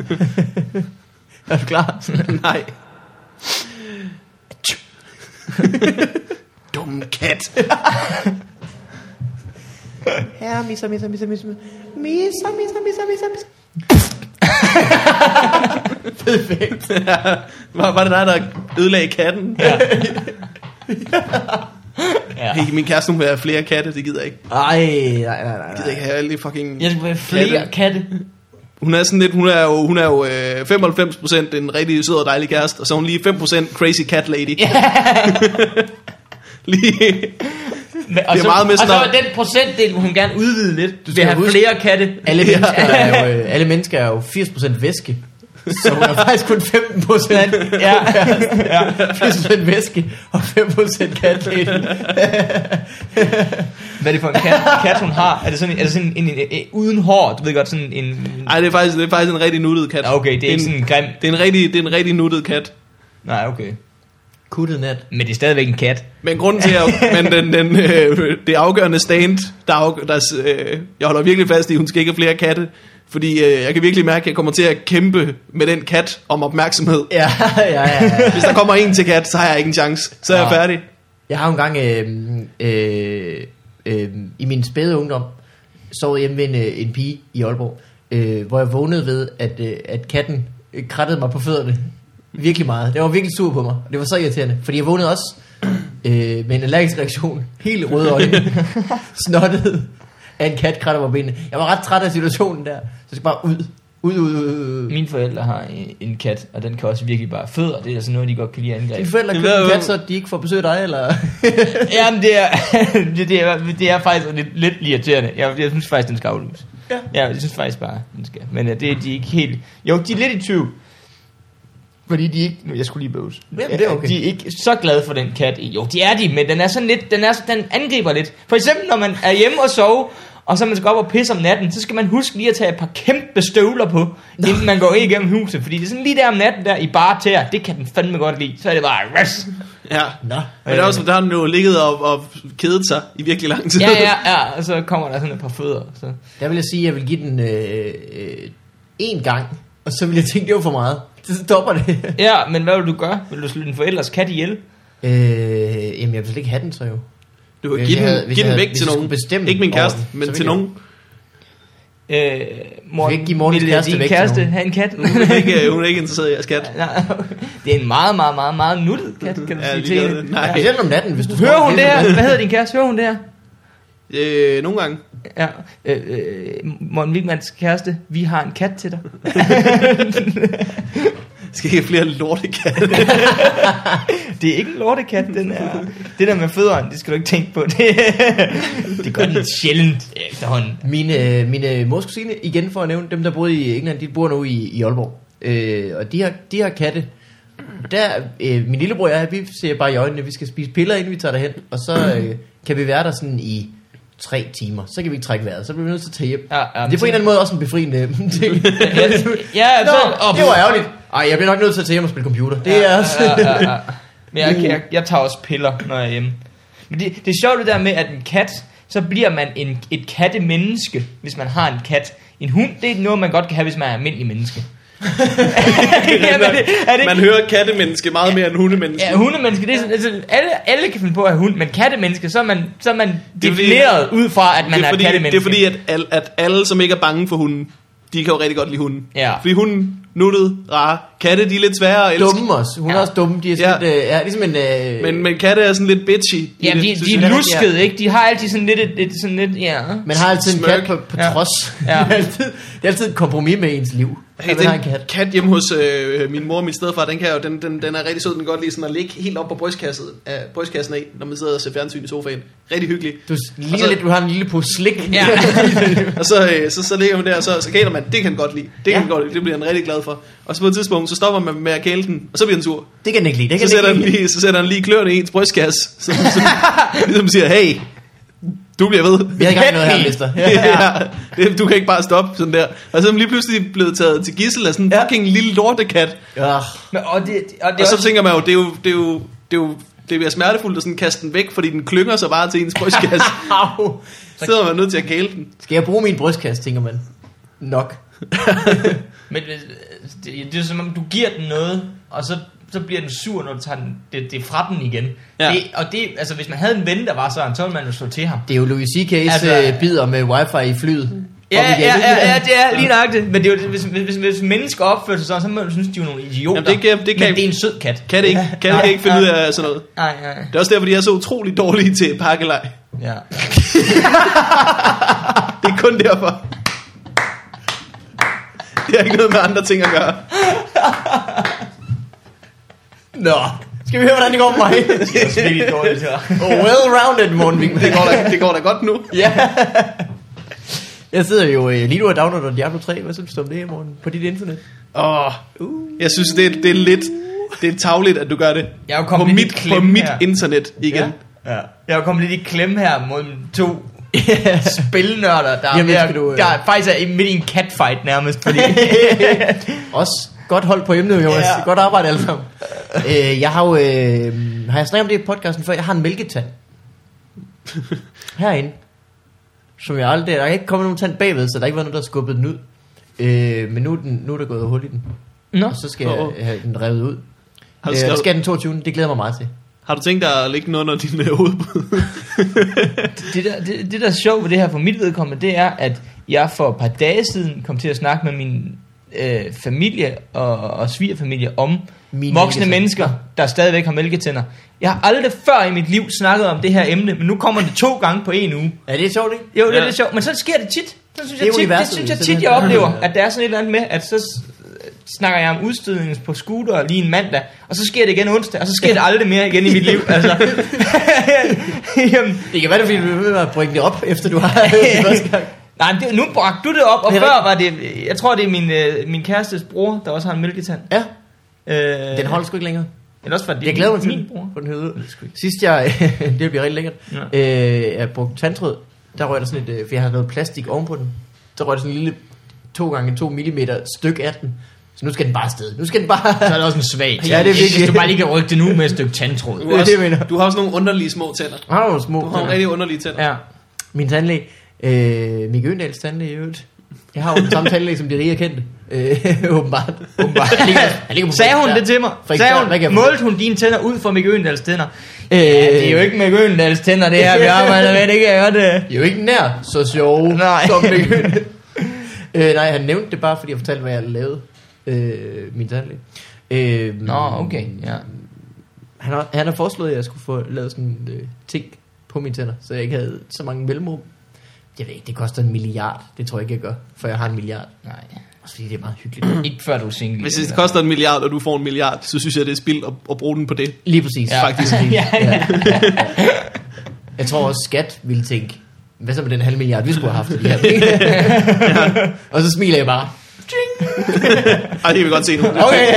Er du klar? Nej. Dum kat. Her, misser, misser, misser, misser. Misser, misser, misser, misser, misser. Perfekt. var, var det dig, der ødelagde katten? ja. Hey, min kæreste, hun vil have flere katte, det gider jeg ikke. Ej, nej, nej, nej. Jeg gider nej. ikke have alle de fucking... Jeg skal have flere katte. Hun er sådan lidt, hun er jo, hun er jo øh, femoghalvfems procent en rigtig sød og dejlig kæreste, og så er hun lige fem procent crazy cat lady. lige... Men, og, Det er så, meget med og så sådan er den procentdel, hvor hun gerne udvide lidt. Du skal skal have huske- flere katte. Alle mennesker er jo, øh, alle mennesker er jo firs procent væske. Så hun er faktisk kun femten procent. Ja. Ja. firs procent væske og fem procent cat lady. Hvad er det for en kat, kat hun har? Er det sådan, er det sådan en, en, en, en uden hår? Du ved godt, sådan en... Ej, det er faktisk, det er faktisk en rigtig nuttet kat. Ja, okay, det er ikke en, sådan en grim... det er en rigtig, det er en rigtig nuttet kat. Nej, okay. Kuttet nat. Men det er stadigvæk en kat. Men grunden til, at men den, den, øh, det afgørende stand, der, afg, der øh, jeg holder virkelig fast i, at hun skal ikke have flere katte. Fordi øh, jeg kan virkelig mærke, at jeg kommer til at kæmpe med den kat om opmærksomhed. Ja, ja, ja, ja. Hvis der kommer en til kat, så har jeg ikke en chance. Så er jeg Nej. færdig. Jeg har jo engang øh, øh, øh, i min spæde ungdom sovet hjemme ved en, øh, en pige i Aalborg, øh, hvor jeg vågnede ved, at, øh, at katten øh, krattede mig på fødderne virkelig meget. Det var virkelig sur på mig. Det var så irriterende, fordi jeg vågnede også øh, med en allergisk reaktion, helt røde øjne, snottet af en kat kratter mig på benene. Jeg var ret træt af situationen der, så jeg skal bare ud. Ud, ud, ud, ud. Mine forældre har en, en kat, og den kan også virkelig bare fødder. Det er sådan noget, de godt kan lide at angribe. Dine forældre Det købte ved en jeg kat, jo. så de ikke får besøg af dig, eller? Jamen, det er, det, det, er, det er faktisk lidt, lidt irriterende. Jeg, jeg synes faktisk, den skal afløses. Ja. Ja, jeg synes faktisk bare, den skal. Men uh, det er de ikke helt... Jo, de er lidt i tvivl. Fordi de ikke... Jeg skulle lige bøves. Jamen, det er okay. De er ikke så glade for den kat. Jo, de er de, men den er sådan lidt... Den, er, den angriber lidt. For eksempel, når man er hjemme og sover, og så man skal op og pisse om natten, så skal man huske lige at tage et par kæmpe støvler på, inden man går ind igennem huset, fordi det er sådan lige der om natten der i bare tæer, det kan den fandme godt lide, så er det bare ras. Ja, Nå. men der er også, der har den jo ligget og, og kedet sig i virkelig lang tid. Ja, ja, ja, og så kommer der sådan et par fødder. Så. Der vil jeg sige, at jeg vil give den øh, øh, én gang, og så vil jeg tænke, det var for meget. Så stopper det. Ja, men hvad vil du gøre? Vil du slå din forældres kat ihjel? Øh, jamen, jeg vil slet ikke have den så jo. Du kan Hvis give jeg den, havde- hvis give jeg den havde- væk hvis til jeg nogen. skulle bestemme Ikke min over kæreste, den, så men ville til jeg- nogen. Øh, Morten, ikke give Mortens vil kæreste din væk til kæreste nogen. have en kat? Hun er ikke, hun er ikke interesseret i jeres kat. Nej, det er en meget, meget, meget, meget nuttet kat, kan du Ja, sige lige til gør hende. det. Nej. Specielt om natten, hvis du Hører hun det her? Hvad hedder din kæreste? Hører hun det her? Øh, nogle gange. Ja, øh, øh, Morten Wigmans kæreste, vi har en kat til dig. Skal ikke have flere lortekatte. Det er ikke en lortekat, den er... Det der med fødderen, det skal du ikke tænke på. Det, det gør den sjældent efterhånden. Mine, mine mors kusine, igen for at nævne, dem der boede i England, de bor nu i, i Aalborg. Øh, og de har, de har katte. Der, øh, min lillebror og jeg, vi ser bare i øjnene, vi skal spise piller, inden vi tager derhen. Og så øh, kan vi være der sådan i tre timer. Så kan vi ikke trække vejret. Så bliver vi nødt til at tage hjem. Ja, ja, det er på en eller anden måde også en befriende ting. Ja, ja, Nå, så, det var ærgerligt. Ej, jeg bliver nok nødt til at tage hjem og spille computer. Det ja, er også... ja, ja, ja. Men jeg, jeg, jeg tager også piller, når jeg er hjemme. Men det, det er sjovt det der med, at en kat, så bliver man en, et kattemenneske, hvis man har en kat. En hund, det er noget, man godt kan have, hvis man er almindelig menneske. Ja, men det, er det Man ikke? hører kattemenneske meget mere end hundemenneske. Ja, hundemenneske, det er sådan, altså, alle, alle kan finde på at have hund, men kattemenneske, så er man, så er man Det er fordi- defineret ud fra, at man det er, er et fordi, kattemenneske. det er fordi at, al, at alle, som ikke er bange for hunden, de kan jo rigtig godt lide hunden. Ja. Fordi hunden, nuttet, rare. Katte, de er lidt svære at elske. Dumme også. Hun er Ja. også dumme. De er sådan ja. lidt, øh, ja, ligesom en... Øh, Men, men katte er sådan lidt bitchy. i Ja, det, de, synes de jeg. er luskede, ikke? De har altid sådan lidt, et, et, sådan lidt, ja. man har altid en Smirk. kat på, på Ja. trods. Ja. Det, er altid, det er altid et kompromis med ens liv. Hey, at man har en den kat. kat hjemme hos øh, min mor og min stedfar, den, kan jo, den, den, den er rigtig sød. Den kan godt lide sådan at ligge helt op på brystkassen, øh, brystkassen af, når man sidder og ser fjernsyn i sofaen. Rigtig hyggelig. Du ligner så- lidt, du har en lille pose slik. Ja. Og så, øh, så, så ligger hun der, og så, så kæler man. Det kan den godt lide. Det kan Ja. den godt lide. Det bliver den rigtig glad for. Og så på et tidspunkt, så stopper man med at kæle den, og så bliver den sur. Det kan den ikke lide. Det Så kan sætter, den den ikke lide. lige, så sætter den lige kløerne i ens brystkasse. Så, så, ligesom siger, hey, du bliver ved. Vi har ikke gang i noget her, mister. Ja, det, du kan ikke bare stoppe sådan der. Og så er den lige pludselig blevet taget til gidsel af sådan en Ja. fucking lille lortekat. Ja. Men, og det, og det Og er så også, tænker man jo, det er jo, det er jo, det er jo det bliver smertefuldt at sådan kaste den væk, fordi den klynger sig bare til ens brystkasse. Au. Så er man nødt til at kæle den. Skal jeg bruge min brystkasse, tænker man. Nok. men det, det, det er som om, du giver den noget, og så, så bliver den sur, når du tager den, det, det er fra den igen. Ja. Det, og det, altså, hvis man havde en ven, der var sådan, så ville man jo slå til ham. Det er jo Louis C K's Altså- altså, bider med wifi i flyet. Ja, Op igen, ja, ikke? ja, ja, det er lige nøjagtigt. Men det er jo, hvis, hvis, hvis, hvis mennesker opfører sig sådan, så må man synes, de er jo nogle idioter. Jamen, det kan- det kan- men det er en sød kat. Kan det ikke, kan det ikke finde ud af sådan noget. Nej, nej. Det er også derfor, de er så utroligt dårlige til pakkelej. Ja. Det er kun derfor. Det har ikke noget med andre ting at gøre. Nå. Skal vi høre, hvordan det går med mig? Det er virkelig dårligt her. Well-rounded, Morten Wigman. Det går da, det går da godt nu. Ja. Jeg sidder jo øh, lige nu og downloader Diablo tre. Hvad synes du om det her, Morten? På dit internet? Åh, jeg synes, det er, det er lidt... Det er tavligt, at du gør det. Jeg er jo På kommet lidt i mit, på klemme mit her. internet igen. Ja. Jeg er jo kommet lidt i klemme her mod to spilnørder, der, er Jamen, ved at- skal du, øh, der faktisk er midt i en catfight nærmest. Fordi Også godt hold på emnet, Jonas. Ja. Ja. Godt arbejde alle sammen. øh, jeg har jo... Øh, har jeg snakket om det i podcasten før? Jeg har en mælketand. Herinde. Som jeg aldrig... Der er ikke kommet nogen tand bagved, så der er ikke været noget, der har skubbet den ud. Øh, men nu er, den, nu er der gået hul i den. Nå. Og så skal Åh. jeg have den revet ud. Har du, Øh, skrevet, det skal jeg den toogtyvende Det glæder jeg mig meget til. har du tænkt dig at lægge noget under din øh, hovedbud? det, der, det, det der er sjovt ved det her for mit vedkommende, det er, at jeg for et par dage siden kom til at snakke med min øh, familie og, og svigerfamilie om Min voksne mælketand. mennesker, der stadigvæk har mælketænder. Jeg har aldrig før i mit liv snakket om det her emne, men nu kommer det to gange på en uge. Ja, det er sjovt, ikke? Jo, det er Ja. lidt sjovt, men så sker det tit. Så synes Det er jeg tit, det universet, synes jeg så tit, det- jeg oplever, at der er sådan et eller andet med, at så s- snakker jeg om udstødningen på scooter lige en mandag, og så sker det igen onsdag, og så sker det aldrig mere igen i mit liv. Altså. Jamen, Det kan være, det er, fordi du vil med at bringe det op, efter du har det første gang. nej, men det, nu bragte du det op, og Det er før var det, jeg tror det er min, øh, min kærestes bror, der også har en mælketand. Ja, Øh, den holder sgu ikke længere. Eller også var det Jeg glæder mig til min den, bror. på den høde. Sidst jeg, det bliver rigtig lækkert, Ja. øh, jeg brugte tandtråd, der røg der sådan et, øh, for jeg havde noget plastik ovenpå den, så røg der sådan en lille to gange to millimeter styk af den. Så nu skal den bare afsted. Nu skal den bare... Så er det også en svag ting. Ja, det er virkelig. Hvis du bare lige kan rykke det nu med et stykke tandtråd. Du har, også, du har også nogle underlige små tænder. Jeg har nogle små Du har nogle rigtig underlige tænder. Ja. Min tandlæge, øh, Mikke Øndals tandlæge i øvrigt. Jeg har jo den samme tandlæge, som de rige er kendte. Øh, åbenbart. åbenbart. Han ligger, han ligger på Sagde hun det til mig? Sagde hun, Hvad kan jeg målte hun dine tænder ud for Mikke Øndals tænder? Øh, Ja, det er jo ikke Mikke Øndals tænder, det her, vi arbejder med, det kan jeg godt. Det er jo ikke nær så sjov, Nej. som Mikke Øndals. øh, nej, han nævnte det bare, fordi jeg fortalte, hvad jeg lavede. Øh, min tandlæge. Øh, Nå, okay, ja. Han har, han har foreslået, at jeg skulle få lavet sådan en øh, ting på mine tænder, så jeg ikke havde så mange mellemrum. Jeg ved ikke, det koster en milliard. Det tror jeg ikke, jeg gør, for jeg har en milliard. Nej. Også fordi det er meget hyggeligt. Ikke før du er single. Hvis det koster en milliard, og du får en milliard, så synes jeg, det er spild at, at bruge den på det. Lige præcis. Ja. Faktisk. Ja, ja. Jeg tror også, skat ville tænke, hvad så med den halv milliard, vi skulle have haft? De her penge? Og så smiler jeg bare. Ej, det kan vi godt se nu. Okay.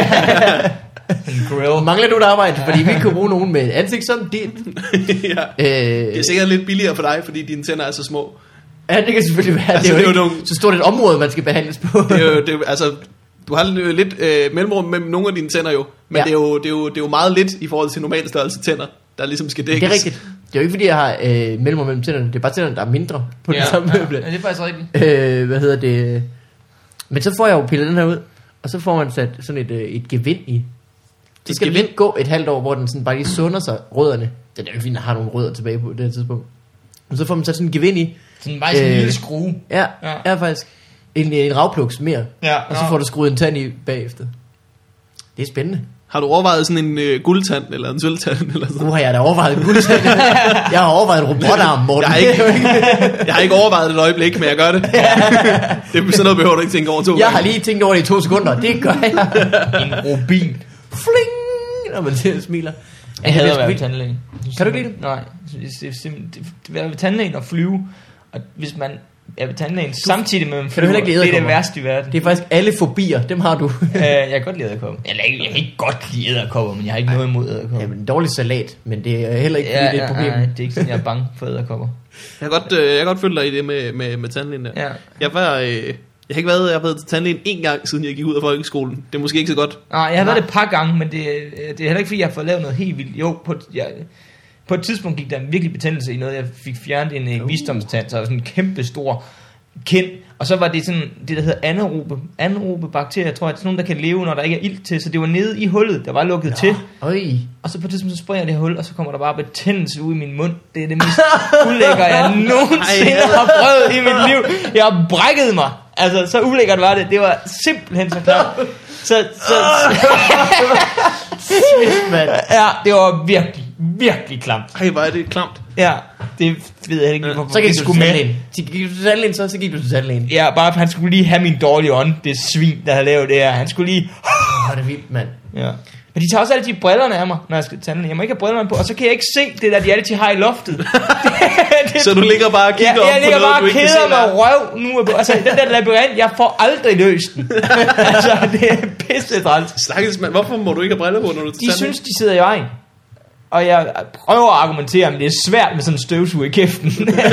En grill. Mangler du et arbejde? Fordi vi kunne bruge nogen med et ansigt som dit. Ja. Øh, Det er sikkert lidt billigere for dig, fordi dine tænder er så små. ja, det kan selvfølgelig være. Altså, det er jo det er jo ikke nogle- så stort et område, man skal behandles på. Det er jo, det er, jo- altså, du har jo lidt øh, mellemrum mellem nogle af dine tænder jo, men Ja. det, er jo, det, er jo, det er jo meget lidt i forhold til normal størrelse tænder, der ligesom skal dækkes. Det er rigtigt. Det er jo ikke fordi, jeg har øh, mellemrum mellem tænderne. Det er bare tænderne, der er mindre på ja, Ja, det samme ja, møble. ja, det er faktisk rigtigt. Øh, hvad hedder det? Men så får jeg jo pillet den her ud, og så får man sat sådan et, øh, et gevind i. Så Et skal den gevind? lige gå et halvt år, hvor den sådan bare lige sunder sig, rødderne. Det er jo ikke fordi, den har nogle rødder tilbage på det her tidspunkt. Og så får man sat sådan en gevind i. Sådan bare sådan en Øh, lille skrue. Ja, Ja. ja. er faktisk en, en ravpluks mere. Ja, Og så får du skruet en tand i bagefter. Det er spændende. Har du overvejet sådan en øh, guldtand eller en sølvtand eller sådan? Nu har jeg da overvejet en guldtand. Jeg har overvejet en robotarm, Morten. Jeg har ikke, jeg har ikke overvejet det et øjeblik, men jeg gør det. Det er sådan noget, behøver du ikke tænke over to Jeg gange. har lige tænkt over det i to sekunder. Det gør jeg. En rubin. Fling! Når man ser smiler. Jeg hader det at sgu være ved vildt. tandlægen. Kan du ikke lide det? Nej. Det er simpelthen- det- det- Være ved tandlægen og flyve. Og hvis man er ved tandlægen samtidig med en Kan du heller ikke lide det er det edderkopper? værste i verden. Det er faktisk alle fobier, dem har du. Øh, jeg kan godt lide edderkopper. Eller ikke- jeg kan ikke godt lide edderkopper, men jeg har ikke noget imod edderkopper. Jamen, en dårlig salat, men det er heller ikke, fordi det er et problem. Nej, det er ikke sådan, jeg er bange for edderkopper. Jeg kan godt, øh, jeg kan godt følge dig i det med, med, med tandlægen der. Ja. Jeg var, øh, jeg har ikke været, jeg har været til tandlægen en gang, siden jeg gik ud af folkeskolen. Det er måske ikke så godt. Nej, jeg har været det et par gange, men det, det er heller ikke, fordi jeg har fået lavet noget helt vildt. Jo, på, et- jeg, på et tidspunkt gik der en virkelig betændelse i noget. Jeg fik fjernet en uh. visdomstand, så sådan en kæmpe stor kind. Og så var det sådan, det der hedder anaerobe, anaerobe bakterier, tror jeg. Det er sådan nogle, der kan leve, når der ikke er ilt til. Så det var nede i hullet, der var lukket til. Øj. Og så på et tidspunkt, så springer jeg det her hul, og så kommer der bare betændelse ud i min mund. Det er det mest ulækre, jeg nogensinde har prøvet i mit liv. Jeg har brækket mig. Altså, så ulækkert var det. Det var simpelthen så klart. Så, så, Smidt, mand. ja, det var virkelig, virkelig klamt. Ej, hvor er det klamt. Ja, det ved jeg ikke, hvorfor Så gik det du skulle til med. tandlægen. Så gik du til tandlægen, så, så gik du til tandlægen. Ja, bare for han skulle lige have min dårlige ånd, det svin, der har lavet det her. Han skulle lige... Åh, det er vildt, mand. Ja. Men de tager også altid brillerne af mig, når jeg skal til tandlægen. Jeg må ikke have brillerne på, og så kan jeg ikke se det der, de altid har i loftet. det, det, Så du ligger bare og kigger ja, op jeg på ligger noget, bare du og ikke kan se, keder hvad mig røv nu. er på- Altså, den der labyrint, jeg får aldrig løst den. altså, det er pisse træls. Stakkels mand, hvorfor må du ikke have briller på, når du er til De tandlægen? synes, de sidder i vejen. Og jeg prøver at argumentere, men det er svært med sådan en støvsuger i kæften.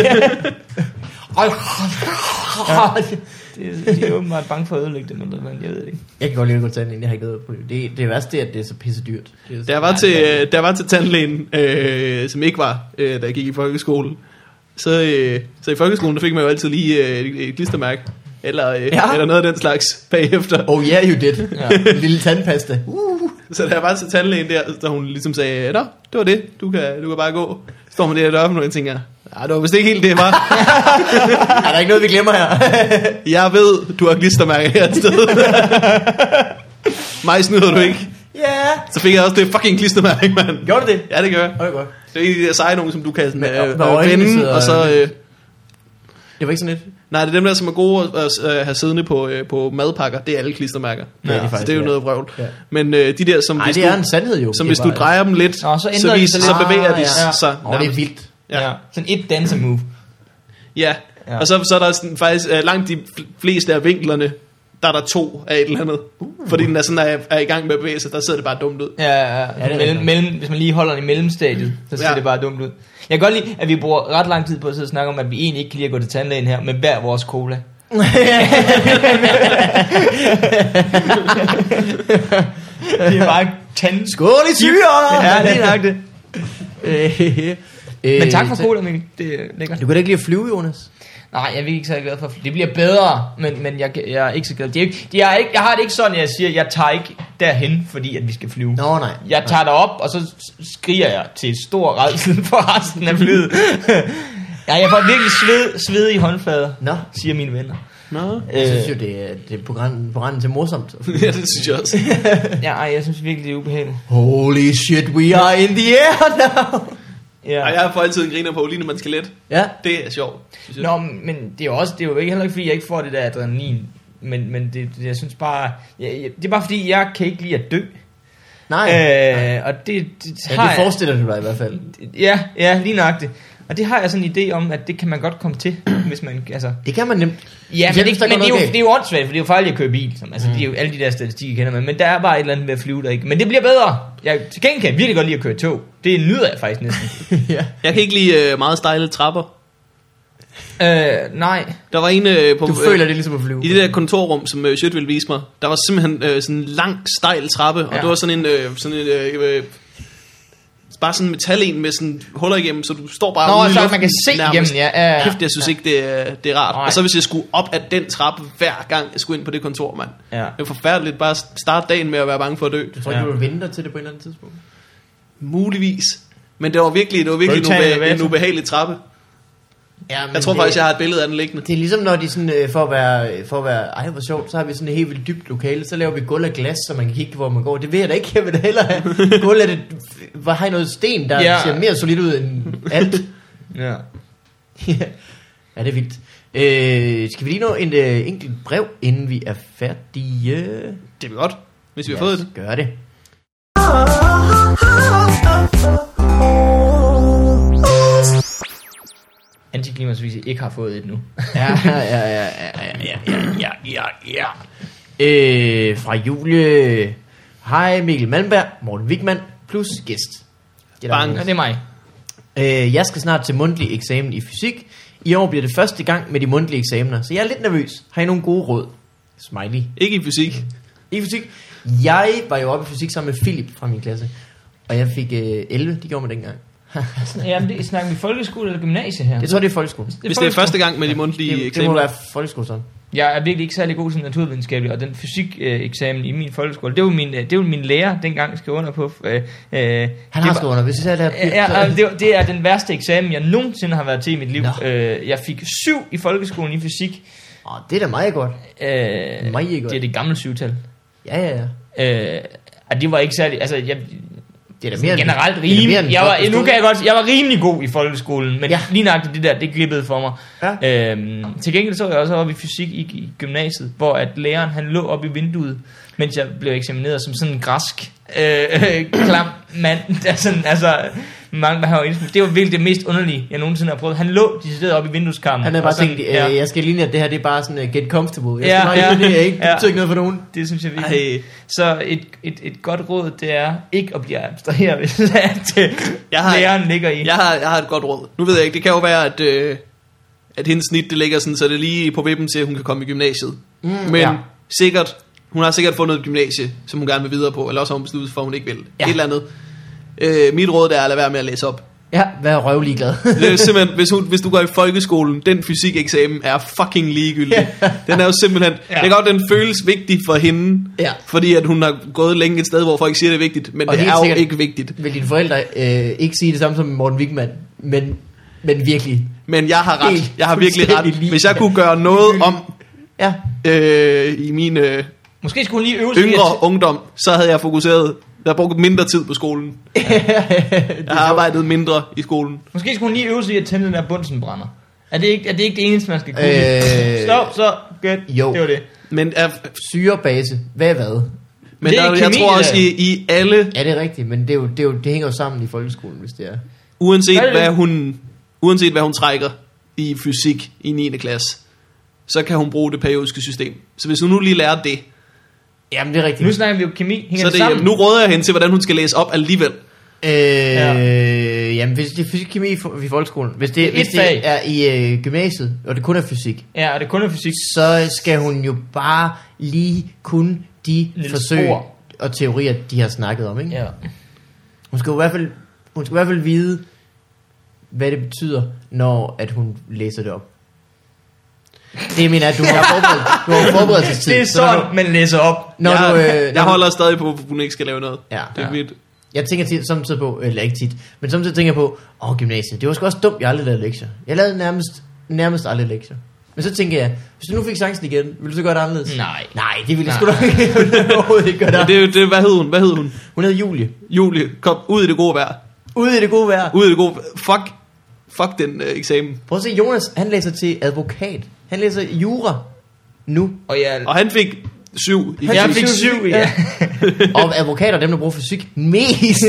det, de er åbenbart bange for at ødelægge det, men jeg ved det ikke. Jeg kan godt lide at gå til tandlægen, jeg har ikke noget på det. Det, det værste er, at det er så pisse dyrt. Det er så- Da jeg var til, da jeg var til tandlægen, øh, som ikke var, øh, da jeg gik i folkeskole, så, øh, så i folkeskolen, der fik man jo altid lige øh, et, et klistermærke, eller, øh, Ja. eller noget af den slags bagefter. Oh yeah, you did. Ja. En lille tandpasta. Uh. Så da jeg var til tandlægen der, så hun ligesom sagde, nå, det var det, du kan, du kan bare gå. Så står man der i døren, og jeg tænker, nej, det var vist ikke helt det, var. Er der ikke noget, vi glemmer her? Jeg ved, du har klistermærke her et sted. Mig snyder du ikke. Ja. Yeah. Så fik jeg også det fucking klistermærke, mand. Gjorde du det? Ja, det gør jeg. Okay, godt. Det er en af de der seje nogen, som du kan sådan, Med- øh, med øh, øjnene vende, sidder- og så... Øh, Det var ikke sådan lidt. nej, det er dem der, som er gode at øh, have siddende på, øh, på madpakker. Det er alle klistermærker. Ja, det er så faktisk, det er jo ja. noget vrøvl. Ja. Men øh, de der, som Nej, hvis det du, er en sandhed jo. som Det hvis er du bare- drejer dem lidt, Nå, så så, ændrer de vis, sig så lidt. bevæger de Ah, ja. sig. Åh, det er vildt. Ja. Ja. Sådan et dancer move. Ja, Ja. og så, så er der sådan, faktisk øh, langt de fl- fleste af vinklerne der er der to af et eller andet. Uh. Fordi den er sådan er, er i gang med at bevæge sig, der sidder det bare dumt ud. Ja, ja, ja. Ja, mellem, mellem, hvis man lige holder den i mellemstadiet, så ser Ja. det bare dumt ud. Jeg kan godt lide, at vi bruger ret lang tid på at sidde og snakke om, at vi egentlig ikke kan lide at gå til tandlægen her, med hver vores cola. Det er bare tand... Skål i syre! Ja, det er nok det. Øh, Men tak for så- cola, Mikkel. Det er lækkert. Du kan da ikke lide at flyve, Jonas? Nej, jeg er virkelig ikke så glad for. Det bliver bedre, men, men jeg, jeg er ikke så glad. Det er ikke, det er ikke, jeg har det ikke sådan, at jeg siger, at jeg tager ikke derhen, fordi at vi skal flyve. Nå, nej. Jeg tager derop, og så skriger jeg til stor rædsel for resten af flyet. Ja, jeg får virkelig sved, sved i håndflader, Nå. siger mine venner. Nå. Jeg synes Øh, jo, det er, det er på grænsen, på grænsen til morsomt. Ja, det synes jeg også. ja, ej, jeg synes virkelig, det er ubehageligt. Holy shit, we are in the air now! Ja. Og jeg får altid en griner på, lige når man skal let. Ja. Det er sjovt, synes jeg. Nå, men det er jo også, det er jo ikke heller ikke, fordi jeg ikke får det der adrenalin. Men, men det, det, jeg synes bare, jeg, jeg, det er bare fordi, jeg kan ikke lide at dø. Nej. Øh, og det, det Ja, har det forestiller du dig i hvert fald. jeg, ja, ja, lige nøjagtigt. Og det har jeg sådan en idé om, at det kan man godt komme til, hvis man, altså... Det kan man nemt. Ja, men, Hvis det, der men går det, er jo, noget det er jo åndssvagt, for det er jo farligt at køre bil. Som, altså, mm. Det er jo alle de der statistikker, kender man. Men der er bare et eller andet ved at flyve der ikke. Men det bliver bedre. Jeg, til gengæld kan jeg virkelig godt lide at køre tog. Det nyder jeg faktisk næsten. Ja. Jeg kan ikke lide øh, meget stejle trapper. øh, nej. Der var en øh, på... Du føler det er ligesom at flyve. I det der kontorrum, som øh, Sjøt ville vise mig, der var simpelthen øh, sådan en lang, stejl trappe, og Ja. det var sådan en, øh, sådan en øh, øh, bare sådan en metal en med sådan huller igennem, så du står bare Nå, ude i så luften man kan se nærmest. igennem, ja. ja, ja. Kæft, jeg synes ikke, det er, det er rart. Nej. Og så hvis jeg skulle op ad den trappe hver gang, jeg skulle ind på det kontor, mand. Ja. Det er forfærdeligt bare at starte dagen med at være bange for at dø. Jeg tror ikke, Ja. du vil vente dig til det på et eller andet tidspunkt. Muligvis. Men det var virkelig, det var virkelig en, Kan du tage en ube, en elevator? ubehagelig trappe. Ja, men Jeg tror det, faktisk, jeg har et billede af den liggende. Det er ligesom når de sådan, øh, for at være, for at være, ej hvor sjovt, så har vi sådan et helt vildt dybt lokale, så laver vi guld af glas, så man kan kigge, hvor man går. Det vil jeg da ikke, jeg vil da hellere have. Guld af det, hvor har I noget sten, der Ja. ja. ser mere solidt ud end alt. Ja. Ja, det er vildt. Øh, skal vi lige nå en øh, enkelt brev, inden vi er færdige? Det er vi godt, hvis vi har fået det. Gør det. Antiklimaksvise ikke har fået et nu. Ja, ja, ja, ja, ja, ja, ja, ja, ja. Øh, fra Julie. Hej Mikkel Malmberg, Morten Wigman plus gæst. Det er der Bang. nogen. Ja, det er mig. Øh, jeg skal snart til mundtlig eksamen i fysik. I år bliver det første gang med de mundtlige eksamener, så jeg er lidt nervøs. Har I nogle gode råd? Smiley. Ikke i fysik. I fysik. Jeg var jo oppe i fysik sammen med Philip fra min klasse. Og jeg fik øh, elleve, de gjorde mig dengang. Jamen, det snakker vi folkeskole eller gymnasie her? Jeg tror, det er folkeskole. Hvis det er folkeskole. første gang med de mundtlige Det, det må eksamener. være folkeskole sådan. Jeg er virkelig ikke særlig god til naturvidenskabelig, og den fysikeksamen i min folkeskole, det var min, det var min lærer dengang skrev under på. Øh, øh, Han har det skrevet under, hvis jeg sagde det her. Ja, ja, det, var- det er den værste eksamen, jeg nogensinde har været til i mit liv. Nå. Øh, jeg fik syv i folkeskolen i fysik. Åh, det er da meget godt. Øh, Meget godt. det er det gamle syvtal. Ja, ja, ja. Øh, og det var ikke særlig, altså jeg, Det er da mere end- generelt det er da mere rimelig, end jeg godt var, nu bestået. kan jeg godt, jeg var rimelig god i folkeskolen, men Ja. ja. lige nøjagtigt det der, det glippede for mig. Ja. Øhm, til gengæld så var jeg også oppe i fysik i, i gymnasiet, hvor at læreren han lå oppe i vinduet, mens jeg blev eksamineret som sådan en græsk øh, øh, klam mand, der sådan, altså, mange har jo indsmut. Det var virkelig det mest underlige, jeg nogensinde har prøvet. Han lå decideret oppe i vindueskarmen. Han havde bare og sådan, tænkt, ja, øh, jeg skal lige at det her, det er bare sådan uh, get comfortable. Jeg Ja, skal bare ja, ja, det er ikke, det ja. betyder ikke noget for nogen. det synes jeg virkelig. Ej. Så et, et, et godt råd, det er ikke at blive abstraheret, hvis at, øh, Jeg har- læreren ligger i. Jeg har, jeg har et godt råd. Nu ved jeg ikke, det kan jo være, at, øh, at hendes snit det ligger sådan, så det er lige på vippen til, at hun kan komme i gymnasiet. Mm, Men ja. ja. sikkert, hun har sikkert fundet et gymnasie, som hun gerne vil videre på, eller også har hun besluttet for, at hun ikke vil. Ja. Et eller andet. Øh, mit råd det er at lade være med at læse op. Ja, vær røvlig glad. Det er simpelthen, hvis, hun, hvis du går i folkeskolen, den fysikeksamen er fucking ligegyldig. Den er jo simpelthen, ja. Det er godt, den føles vigtig for hende, Ja. fordi at hun har gået længe et sted, hvor folk siger, det er vigtigt, men Og det helt er jo sikkert- ikke vigtigt. Vil dine forældre øh, ikke sige det samme som Morten Wigman, men, men virkelig. Men jeg har ret. Helt Jeg har virkelig fuldstændig ret. lige- Hvis jeg kunne gøre noget om Ja, øh, i min øh, Måske skulle hun lige øve sig i yngre at- ungdom, så havde jeg fokuseret. Jeg har brugt mindre tid på skolen. Jeg har arbejdet mindre i skolen. Måske skulle hun lige øve sig i at tænde den der Bunsenbrænder. Er det ikke, er det, ikke det eneste, man skal kunne? Øh, Stop, så godt. jo. Det var det. Men, er, syrebase, hvad er hvad? men Det er der, jeg kemi, tror også det i, i alle, Ja, det er rigtigt, men det, er jo, det, er jo, det hænger jo sammen i folkeskolen, hvis det er. uanset Hvad er det? hvad hun, uanset hvad hun trækker i fysik i niende klasse, så kan hun bruge det periodiske system. Så hvis hun nu lige lærer det, Jamen, det er rigtigt. Nu snakker vi jo kemi. Hænger så det det, sammen? jamen, nu råder jeg hende til, hvordan hun skal læse op alligevel. Øh, ja. Jamen, hvis det er fysik, kemi i, for, i folkeskolen, hvis det, Det er hvis et fag. det er i øh, gymnasiet, og det kun er fysik, Ja, og det kun er fysik. så skal hun jo bare lige kunne de Lille forsøg spor. og teorier, de har snakket om, ikke? Ja. Hun skal jo i hvert fald, hun skal i hvert fald vide, hvad det betyder, når at hun læser det op. Det mener jeg, at du har forberedt, du har forberedelsestid. Det er så når sådan, man læser op. Når jeg, du, øh, jeg når holder stadig på, at hun ikke skal lave noget. Ja. Det er Ja. mit. Jeg tænker tit, samtidig på, eller ikke tit, men samtidig tænker jeg på, åh, gymnasiet, det var sgu også dumt, jeg aldrig lavede lektier. Jeg lavede nærmest, nærmest aldrig lektier. Men så tænker jeg, hvis du nu fik chancen igen, ville du så gøre det anderledes? Nej. Nej, det ville jeg Nej. sgu da ikke. Jeg ville overhovedet ikke gøre Men det. det, er jo- det, hvad hed hun? Hvad hed hun? Hun hed Julie. Julie, kom ud i det gode vejr. Ude i det gode vejr. Ud i det gode vejr. Fuck, fuck den øh, eksamen. Prøv at se, Jonas, han læser til advokat. Han læser jura nu. Og jeg, Og han fik syv i Han jeg fysik. fik syv, ja. Og advokater er dem, der bruger fysik mest.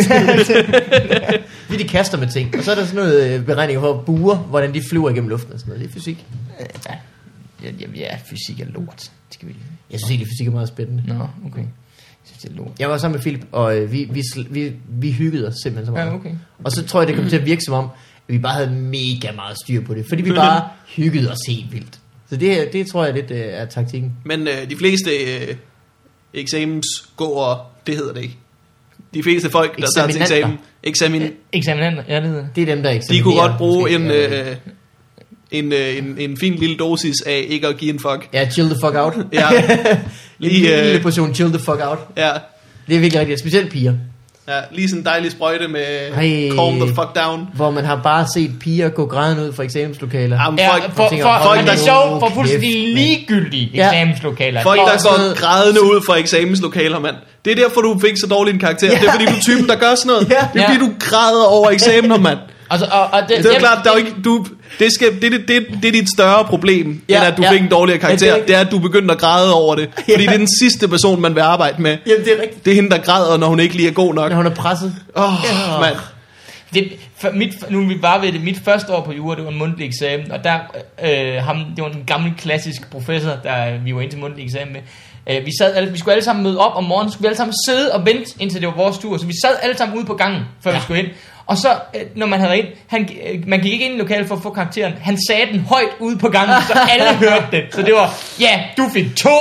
Vi de kaster med ting. Og så er der sådan noget øh, beregninger for at bure, hvordan de flyver igennem luften og sådan noget. Det er fysik. Ja, ja, ja, fysik er lort. Det skal vi... Jeg synes egentlig, fysik er meget spændende. Nå, okay. Jeg synes, det er lort. Jeg var sammen med Philip, og øh, vi, vi, sl- vi, vi hyggede os simpelthen så meget. Ja, okay. Og så tror jeg, det kom til at virke som om, at vi bare havde mega meget styr på det. Fordi vi bare hyggede os helt vildt. Så det, det tror jeg lidt øh, er taktikken. Men øh, de fleste øh, eksamensgåere, det hedder det ikke. De fleste folk, der tager til eksamen, eksamen, Eksaminanter, ja, det hedder det. Det er dem, der de eksaminerer. kunne godt bruge måske. en, Ja, øh, en, øh, en, en fin lille dosis af ikke at give en fuck. Ja, chill the fuck out. Ja, Lige lige, en lille øh, portion chill the fuck out. ja, Det er virkelig rigtigt. Specielt piger. ja, lige sådan en dejlig sprøjte med Ej. calm the fuck down. Hvor man har bare set piger gå grædende ud fra eksamenslokaler. Jamen, Ja, folk, for, for, tænker, for, hold for, da det er nu sjovt for kæft, fuldstændig mand. ligegyldige Ja. eksamenslokaler. folk, Og der sådan går noget- grædende ud fra eksamenslokaler, mand. Det er derfor, du fik så dårlig en karakter. Ja. Det er fordi, du er typen, der gør sådan noget. Ja. Det er fordi, Ja. du græder over eksamener, mand. Altså, og, og det, Det er jo klart, der er jo ikke, du, det, skal, det, det, det, det er dit større problem, Ja, end at du ja. fik en dårligere karakter. Ja, det er det, er, at du begyndte at græde over det. Fordi Ja. det er den sidste person, man vil arbejde med. Jamen, det er rigtigt. Det er hende, der græder, når hun ikke lige er god nok. Når hun er presset. Åh, oh, Ja. mand. det, for mit, nu er vi bare ved det. Mit første år på jura, det var en mundtlig eksamen, og der, øh, ham, det var en gammel klassisk professor, der vi var ind til mundtlig eksamen med. Øh, vi, sad alle, vi skulle alle sammen møde op om morgenen, så skulle vi alle sammen sidde og vente, indtil det var vores tur. Så vi sad alle sammen ude på gangen, før ja. vi skulle ind. Og så, øh, når man havde ind, han, øh, man gik ikke ind i lokalet for at få karakteren. Han sagde den højt ude på gangen, så alle hørte det. Så det var, ja, du fik to.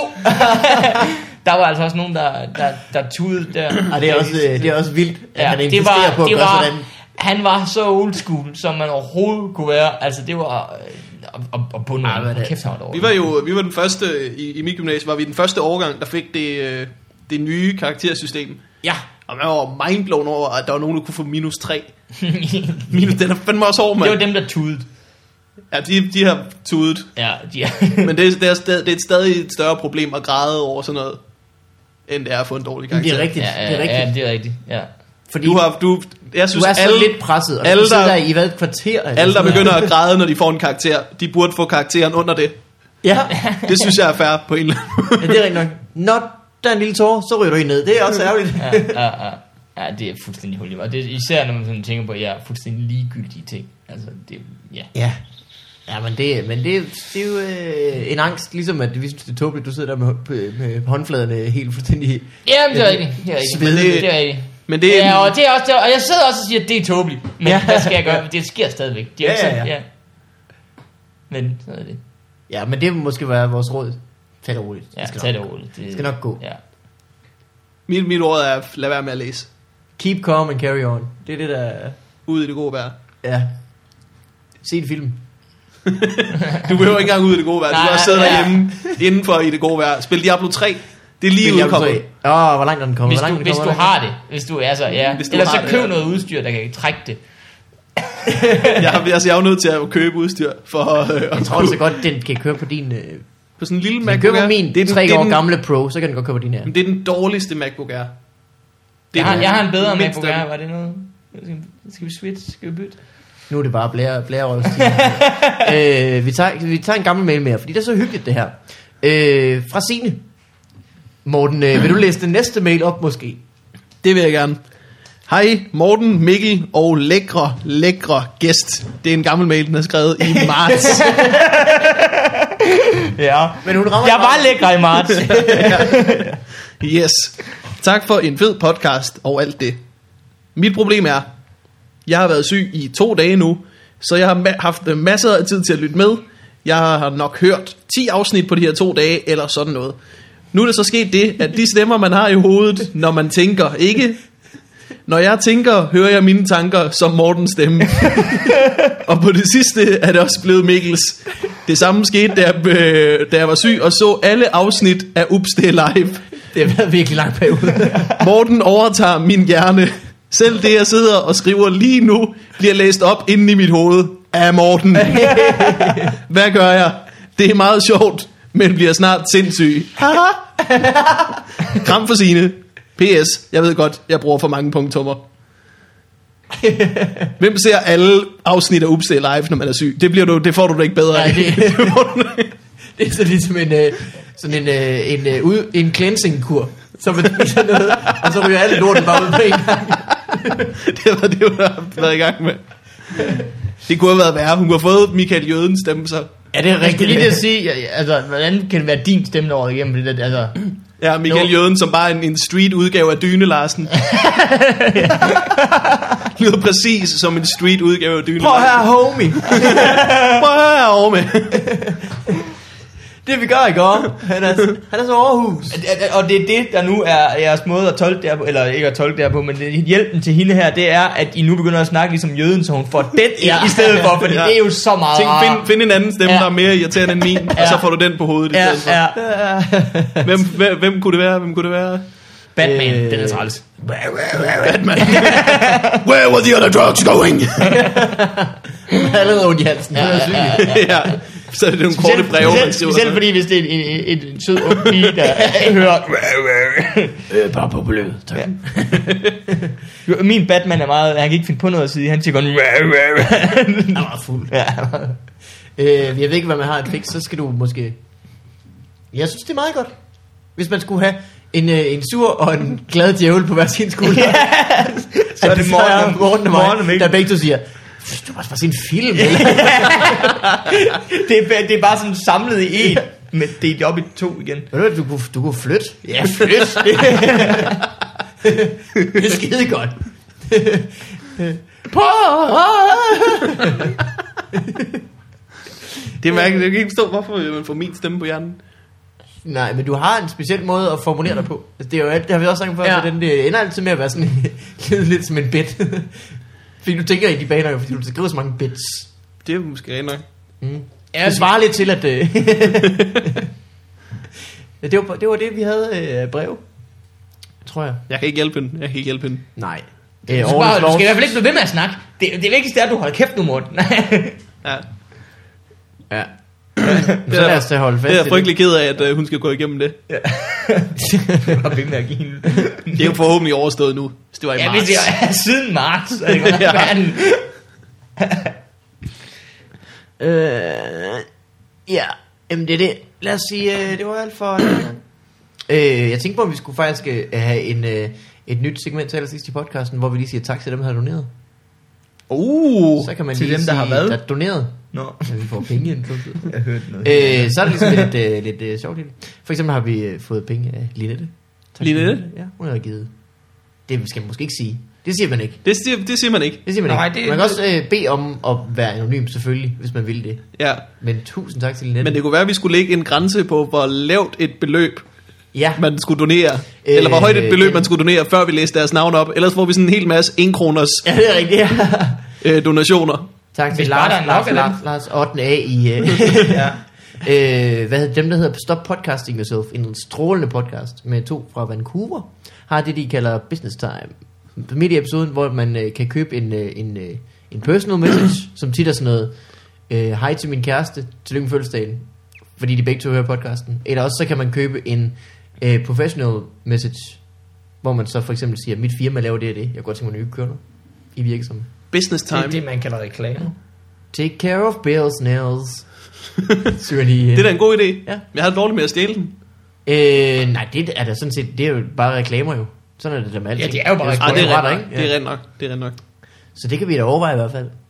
Der var altså også nogen, der, der, der tudede der. Og det er også, øh, det er også vildt, at Ja, han det insisterer var, på at det gøre var, sådan. han var så old school, som man overhovedet kunne være. Altså, det var... Øh, og, og, og bunden, Ej, hvad er det? kæft, han var dårlig. Vi var jo vi var den første, i, i mit gymnasie, var vi den første årgang, der fik det, øh, det nye karaktersystem. Ja. Og man var mindblown over, at der var nogen, der kunne få minus tre. Minus, den er fandme også hård, Det var mand. dem, der tudede. Ja, de, de har tudet. Ja, de er. Men det, er- det, er stadig, det er et stadig et større problem at græde over sådan noget, end det er at få en dårlig Men karakter. det er rigtigt, Ja, det er rigtigt. ja, det er rigtigt. Ja. Fordi Du har, du, jeg du synes, er så alle, lidt presset, og alle, du sidder der- der i hvad, et kvarter? eller alle, der sådan begynder at græde, når de får en karakter, de burde få karakteren under det. noget. Ja, Det synes jeg er fair på en eller anden måde. ja, det er rigtigt nok. Når der er en lille tår, så ryger du ind ned. Det er også ærgerligt. Ja, ja, ja. Ja, det er fuldstændig hul i mig. Og det er især, når man sådan tænker på, at jeg er fuldstændig ligegyldige ting. Altså, det ja. Ja. Ja, men det, men det, det er jo øh, en angst, ligesom at vi synes, det er tåbeligt, du sidder der med, med håndfladerne helt fuldstændig... Jamen, det er rigtigt. Det er rigtigt. Svede. Det er rigtigt. Men det er, Ja, og, det er også, det er, og jeg sidder også og siger, at det er tåbeligt. Men Ja. ja. hvad skal jeg gøre? Det sker stadigvæk. Det er Ja, ikke ja, sådan, ja. ja. Men sådan er det. Ja, men det må måske være vores råd. Tag det roligt. Ja, det skal tag nok, det roligt. Det skal nok gå. Ja. mit, mit ord er, lad være med at læse. Keep calm and carry on. Det er det, der... Ud i det gode vejr. Ja. Se en film. Du behøver ikke engang ud i det gode vejr. Du Nej, kan også sidde ja. derhjemme indenfor i det gode vejr. Spil Diablo tre. Det er lige udkommet. Åh, oh, hvor langt er den kommet? Hvis Hvor du, langt er den hvis du kommet? har det. Hvis du er så, ja. Hvis du Ellers så har det, køb ja. noget udstyr, der kan trække det. Jeg, har- altså, jeg er jo nødt til at købe udstyr for øh, at Jeg tror så godt, den kan køre på din... Øh, på sådan en lille hvis MacBook du køber Air. min det er den, tre det er år den, gamle Pro, så kan den godt køre på din her. Det er den dårligste MacBook Air. Det Jeg er har, den jeg har en bedre mindste. MacBook Air. Var det noget? Skal vi switch? Skal vi bytte? Nu er det bare blære, blærerøvstil. øh, vi, tager, vi tager en gammel mail mere, fordi det er så hyggeligt det her. Øh, fra Signe. Morten, øh, vil du læse den næste mail op måske? Det vil jeg gerne. Hej Morten, Mikkel og lækre, lækre gæst. Det er en gammel mail, den er skrevet i marts. Ja, Men hun rammer jeg ikke var meget. lækker i marts. Yes. Tak for en fed podcast og alt det. Mit problem er, jeg har været syg i to dage nu, så jeg har ma- haft masser af tid til at lytte med. Jeg har nok hørt ti afsnit på de her to dage, eller sådan noget. Nu er der så sket det, at de stemmer, man har i hovedet, når man tænker, ikke? Når jeg tænker, hører jeg mine tanker som Mortens stemme. Og på det sidste er det også blevet Mikkels. Det samme skete, da jeg, øh, da jeg var syg og så alle afsnit af Upstay Live. Det har været en virkelig lang periode. Morten overtager min hjerne. Selv det, jeg sidder og skriver lige nu, bliver læst op inde i mit hoved af Morten. Hvad gør jeg? Det er meget sjovt, men bliver snart sindssyg. Kram for Signe. P S. Jeg ved godt, jeg bruger for mange punktummer. Hvem ser alle afsnit af Upstay Live, når man er syg? Det, bliver du, det får du da ikke bedre af. Nej, det, det er så ligesom en, øh, sådan en, øh, en, øh, ud- en cleansing-kur. Så man spiser noget, og så ryger alle lorten bare ud på en gang. Det var det, hun har været i gang med. Det kunne have været værre. Hun kunne have fået Michael Jødens stemme så. Ja, det er Jeg rigtigt. skulle lige til at sige, ja, altså, hvordan kan det være din stemme der over igennem det der, altså... Ja, Michael No. Jøden, som bare er en, en street udgave af Dyne Larsen. Lyder præcis som en street udgave af Dyne Prøv Larsen. her, homie. Prøv her over med. Det vi gør i går. Han er, han er så Aarhus. Og det er det, der nu er jeres måde at tolke det her på, eller ikke at tolke det her på, men det, hjælpen til hende her, det er, at I nu begynder at snakke ligesom jøden, så hun får den ja. i stedet for, for Ja. det er jo så meget Tænk, rarere. find, find en anden stemme, Ja. der er mere irriterende end min, og Ja. så får du den på hovedet i Ja, stedet for. ja. Hvem, hvem, hvem kunne det være? Hvem kunne det være? Batman, Øh. den er træls. Batman. Where were the other drugs going? Han er allerede ondt i halsen. Ja, ja, ja. Ja. Så er det nogle korte breve, man specielt, skriver. specielt fordi, hvis det er en, en, en, en sød ung pige, der hører... Øh, bare på blød. Tak. Ja. Min Batman er meget... Han kan ikke finde på noget at sige. Han siger kun... Han var fuld. Ja. Øh, jeg ved ikke, hvad man har et fix, så skal du måske... Jeg synes, det er meget godt. Hvis man skulle have en, øh, en sur og en glad djævel på hver sin skulder. Ja. Så er det Morten, Morten og Morten og mig, Mikkel. der begge to siger, du må bare se en film. Eller? det, er, det er bare sådan samlet i en, men delt op i to igen. Ved du hvad, du kunne, du kunne flytte. Ja, flytte. Det er skide godt. Det er mærkeligt. Jeg kan ikke forstå, hvorfor man får min stemme på hjernen. Nej, men du har en speciel måde at formulere dig på. Altså, det, er jo, alt- det har vi også sagt før, Ja. ja. så den det ender altid med at være sådan lidt, lidt som en bit. Fordi du tænker i de baner, jo, fordi du skriver så mange bits. Det er måske rent nok. Mm. Ja, det svarer lidt til, at... Øh, ja, det, var, det var det, vi havde øh, brev. Tror jeg. Jeg kan ikke hjælpe hende. Jeg kan ikke hjælpe hende. Nej. Du Øh, skal, bare, du skal i hvert fald ikke blive ved med at snakke. Det, det vigtigste er, at du holder kæft nu, Morten. Ja. Ja. Så lad os da holde fast Det er jeg i frygtelig ked af, at uh, hun skal gå igennem det. Og ved med at give hende. Det er jo forhåbentlig overstået nu, hvis det var i Ja, marts. hvis det er siden marts. Så er det godt, Ja. verden. Øh, ja, jamen det er det. Lad os sige, øh, det var alt for... øh, jeg tænkte på, om vi skulle faktisk øh, have en, øh, et nyt segment til allersidst i podcasten, hvor vi lige siger tak til dem, der har doneret. Uh, Så kan man til lige dem, der sige, har hvad? der er doneret. Nå, Ja, vi får penge ind. jeg hørte noget. øh, så er det ligesom lidt, øh, lidt øh, sjovt. For eksempel har vi øh, fået penge af Linette. Tak til Linette? Ja, hun har givet. Det skal man måske ikke sige. Det siger man ikke. det, siger, det siger man ikke. Det siger man Nej, ikke. det- Man kan også øh, bede om at være anonym selvfølgelig, hvis man vil det. Ja. Men tusind tak til Linette. Men det kunne være, at vi skulle lægge en grænse på, hvor lavt et beløb Ja, man skulle donere. Øh, Eller hvor højt et beløb det- man skulle donere, før vi læste deres navn op. Ellers får vi sådan en hel masse en kroners ja, det er rigtigt. Ja. øh, donationer. Tak til Hvis bare der Lars, er Lars, nok af Lars, dem. Lars, ottende A i... Øh, Ja. øh, hvad hedder dem, der hedder Stop Podcasting Yourself. En strålende podcast med to fra Vancouver. Har det, de kalder Business Time. Midt i episoden, hvor man øh, kan købe en, øh, en, øh, en personal message, som tit er sådan noget, øh, hej til min kæreste, tillykke med fødselsdagen, fordi de begge to hører podcasten. Eller også så kan man købe en øh, professional message, hvor man så for eksempel siger, mit firma laver det og det, jeg kunne godt tænke mig nye kunder i virksomheden. Business Det time. er det, man kalder reklame. Take care of Bill's nails. Synger de, Det er da en god idé. Ja. Jeg har det dårligt med at stjæle den. Øh, nej, det er da sådan set, det er jo bare reklamer jo. Sådan er det der med alting. Ja, det er jo bare jo Ah, det er sponsorater, rent nok. ikke? Det er Ja. rent nok. Det er rent nok. Så det kan vi da overveje i hvert fald.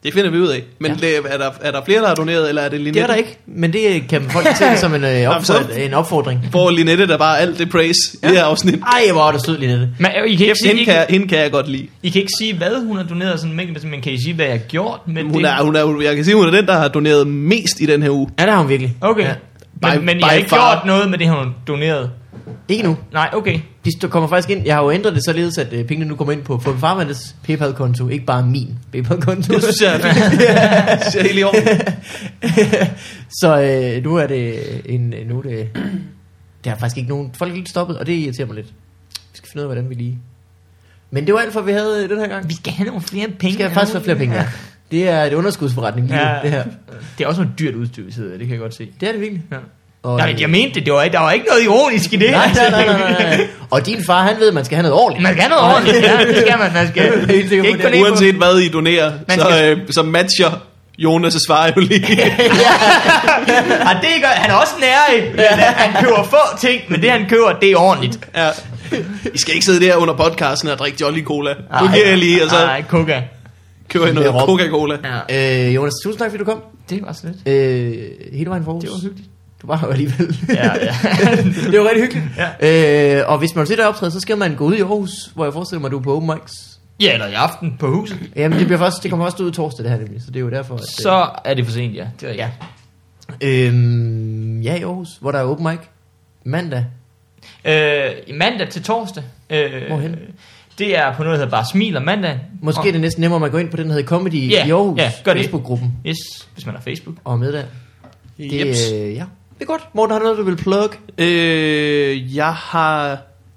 Det finder vi ud af. Men Ja. det, er, der, er der flere, der har doneret, eller er det Linette? Det er der ikke, men det kan folk se det som en, øh, opfordring, en opfordring. Får Linette der bare alt det praise ja. i det her afsnit. Ej, hvor er det sød, Linette. Men øh, I kan, ikke Kæft, sige, hende, I, kan, kan, hende kan jeg godt lide. I kan ikke sige, hvad hun har doneret sådan en mængde, men kan I sige, hvad jeg har gjort med Hun det? er, hun er, jeg kan sige, hun er den, der har doneret mest i den her uge. Ja, det har hun virkelig. Okay. Ja. Men, By- men I by har ikke far. gjort noget med det, hun har doneret? Ikke nu. Nej, okay. De kommer faktisk ind. Jeg har jo ændret det således, at øh, pengene nu kommer ind på på Farvandets PayPal-konto, ikke bare min PayPal-konto. Det synes jeg er fint. Det synes jeg er helt i orden. Så øh, nu er det en nu er det der er faktisk ikke nogen folk er lidt stoppet, og det irriterer mig lidt. Vi skal finde ud af hvordan vi lige. Men det var alt for vi havde øh, den her gang. Vi skal have nogle flere Vi penge. skal faktisk have flere penge. Ja. Det er et underskudsforretning lige Ja. nu, det her. Det er også noget dyrt udstyr, vi sidder i, det kan jeg godt se. Det er det virkelig. Ja. Og, Nej, jeg mente det, det var, der var ikke noget ironisk i det. nej, nej, nej, nej, nej. Og din far, han ved, at man skal have noget ordentligt. Man skal have noget ordentligt, ja, det skal man. Man skal Helt sikker på ikke det. gå ned på- Uanset hvad I donerer, Man så, skal- øh, så matcher Jonas' svar jo lige. Ja, det gør, han er også nærig. Han køber få ting, men det han køber, det er ordentligt. Ja. I skal ikke sidde der under podcasten og drikke Jolly Cola. Du giver jeg lige, og så Nej, koka. køber jeg Med noget rom. Coca-Cola. Ja. Øh, Jonas, tusind tak, fordi du kom. Det var så lidt. Øh, hele vejen for Aarhus. Det var hyggeligt. Du var her jo alligevel. Ja, ja. Det var rigtig hyggeligt. Ja. Øh, og hvis man vil se dig optræde, så skal man gå ud i Aarhus, hvor jeg forestiller mig, at du er på open mics. Ja, eller i aften på huset. Jamen, det, bliver først, det kommer først ud torsdag, det her nemlig. Så det er jo derfor, at... Så er det for sent, ja. Det er Ja. ja. Øhm, ja, i Aarhus, hvor der er open mic. Mandag. Øh, mandag til torsdag. Øh, Hvorhen? Det er på noget, der hedder Bare Smil om mandag. Måske er det næsten nemmere, at man går ind på den, der hedder Comedy Ja, i Aarhus. ja, gør det. Facebook-gruppen. Yes, hvis man har Facebook. Og med der. Det, Jeps. øh, ja, det er godt. Morten, har du noget, du vil plug? Øh, jeg har...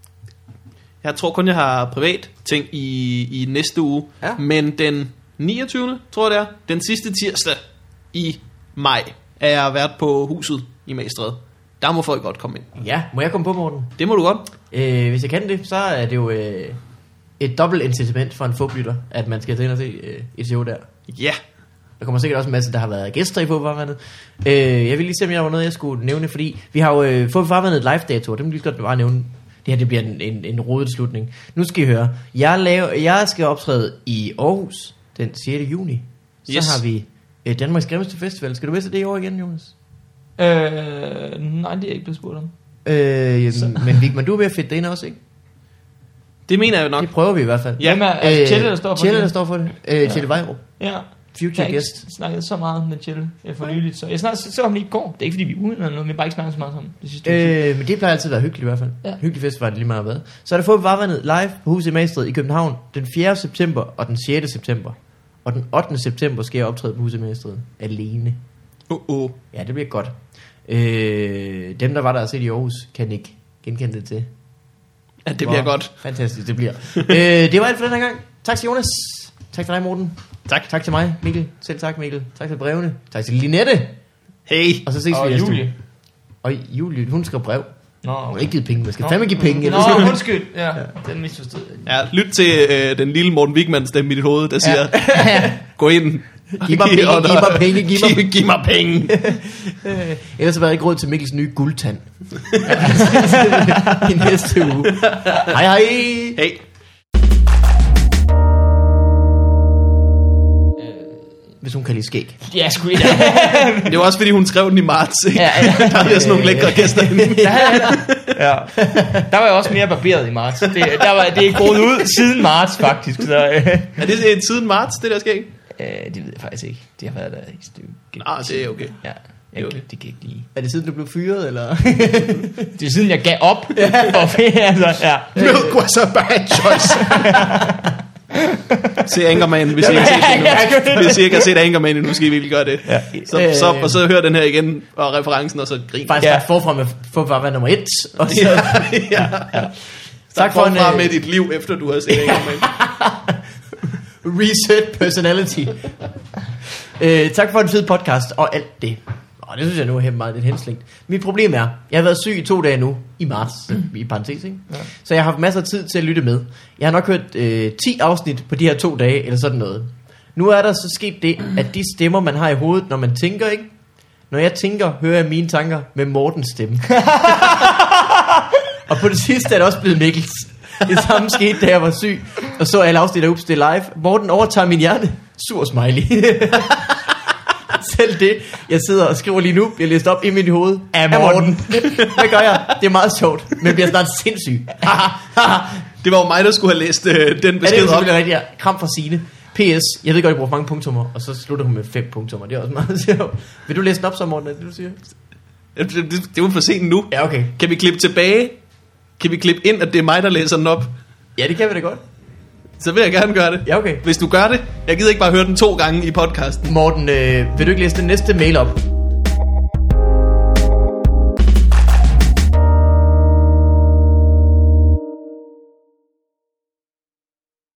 Jeg tror kun, jeg har privat ting i, i næste uge. Ja. Men den niogtyvende, tror jeg det er, den sidste tirsdag i maj, er jeg vært på huset i Magstræde. Der må folk godt komme ind. Ja, må jeg komme på, Morten? Det må du godt. Øh, hvis jeg kan det, så er det jo øh, et dobbelt incitament for en fodboldlytter, at man skal til ind og se øh, et show der. Ja. Der kommer sikkert også en masse, der har været gæster i Fodboldfarvandet. Øh, jeg vil lige se, om jeg var noget, jeg skulle nævne, fordi vi har jo øh, Fodboldfarvandet live-dato, og det må vi lige godt bare nævne. Det her, det bliver en, en, en rodet slutning. Nu skal I høre. Jeg, laver, jeg skal optræde i Aarhus den sjette juni. Så Yes. har vi øh, Danmarks Grimmeste Festival. Skal du med til det i år igen, Jonas? Øh, nej, det er jeg ikke blevet spurgt om. Øh, men Vigman, du er ved at fedte det ind også, ikke? Det mener jeg jo nok. Det prøver vi i hvert fald. Ja. Hvem er altså, Tjelle, der står for Tjelle, det? der står for det. Øh, Ja. Tjelle Vejrup. Ja. Future Jeg har ikke guest. snakket så meget med Tjelle øh, for nyligt, så jeg snakkede så ham lige i går. Det er ikke fordi vi er ude eller noget, men jeg har bare ikke snakket så meget sammen det sidste øh, Øh, men det plejer altid at være hyggeligt i hvert fald. Ja. Ja. Hyggelig festival lige meget hvad. Så er der fået Farvandet live på Huset i Magstræde i København den fjerde september og den sjette september. Og den ottende september skal jeg optræde på Huset i Magstræde alene. Uh, uh. Ja, det bliver godt. Øh, dem, der var der og set i Aarhus, kan ikke genkende det til. Ja, det bliver Hvor godt. Fantastisk, det bliver. øh, det var alt for den her gang. Tak til Jonas. Tak til dig, Morten. Tak. Tak til mig, Mikkel. Selv tak, Mikkel. Tak til brevene. Tak til Linette. Hey. Og så ses Og vi næste Julie. uge. Og Julie, hun skrev brev. Nå, Hun har okay. ikke givet penge. Man skal Nå. fandme give penge. Nå, ellers- undskyld. Ja, den misforstod jeg. Ja, lyt til øh, den lille Morten Wigman stemme i dit hoved, der siger, gå ind. Giv mig penge, Og der- giv mig penge, giv mig giv, giv mig penge. Øh, Ellers har der ikke råd til Mikkels nye guldtand. I næste uge. Hej hej. Hey. Hvis hun kan lide skæg. Ja, sgu ikke. Det var også fordi, hun skrev den i marts. Ikke? Ja, ja. Der er sådan nogle lækre gæster inde. Ja, ja. Der var jeg også mere barberet i marts. Det, der var, det er gået ud siden marts, faktisk. Så, øh, Er det siden marts, det der sker ikke? øh, det ved jeg faktisk ikke. Det har været der i stykke. Nej, det er okay. Ja, Det er jeg, okay. det kan jeg ikke lide. Er det siden du blev fyret, eller? Det er siden jeg gav op. For, altså, ja. Milk was a bad choice. Se Anchorman, hvis I ikke har set det endnu. Hvis I ikke har set Anchorman endnu, skal I virkelig gøre det. Ja. Så, så, og så hør den her igen, og referencen, og så grin. Faktisk Ja. ja. forfra med forfra nummer et. Og så, Ja, ja. tak Tak for for en fra øh, med dit liv, efter du har set Anchorman. reset personality. øh, tak for en fed podcast og alt det. Og det synes jeg nu er helt meget lidt henslægt. Mit problem er, jeg har været syg i to dage nu, i marts, i parentes, ikke? Ja. Så jeg har haft masser af tid til at lytte med. Jeg har nok hørt øh, ti afsnit på de her to dage, eller sådan noget. Nu er der så sket det, at de stemmer, man har i hovedet, når man tænker, ikke? Når jeg tænker, hører jeg mine tanker med Mortens stemme. Og på det sidste er det også blevet Mikkels. Det samme skete, da jeg var syg, og så alle afsnit af Ups, det er live. Morten overtager min hjerte. sur smiley. Selv det, jeg sidder og skriver lige nu, bliver læst op i mit hoved af Morten. Hvad gør jeg? Det er meget sjovt, men bliver snart sindssyg. Det var jo mig, der skulle have læst øh, den Ja, det er besked jo op. selvfølgelig rigtigt. Ja. Kram fra Signe. P S. Jeg ved godt, jeg bruger mange punktummer, og så slutter hun med fem punktummer. Det er også meget sjovt. Vil du læse den op så, Morten, er det du siger? Det, det, det er jo for sent nu. Ja, okay. Kan vi klippe tilbage? Kan vi klippe ind, at det er mig, der læser den op? Ja, det kan vi da godt. Så vil jeg gerne gøre det. Ja, okay. Hvis du gør det, jeg gider ikke bare høre den to gange i podcasten. Morten, øh, vil du ikke læse den næste mail op?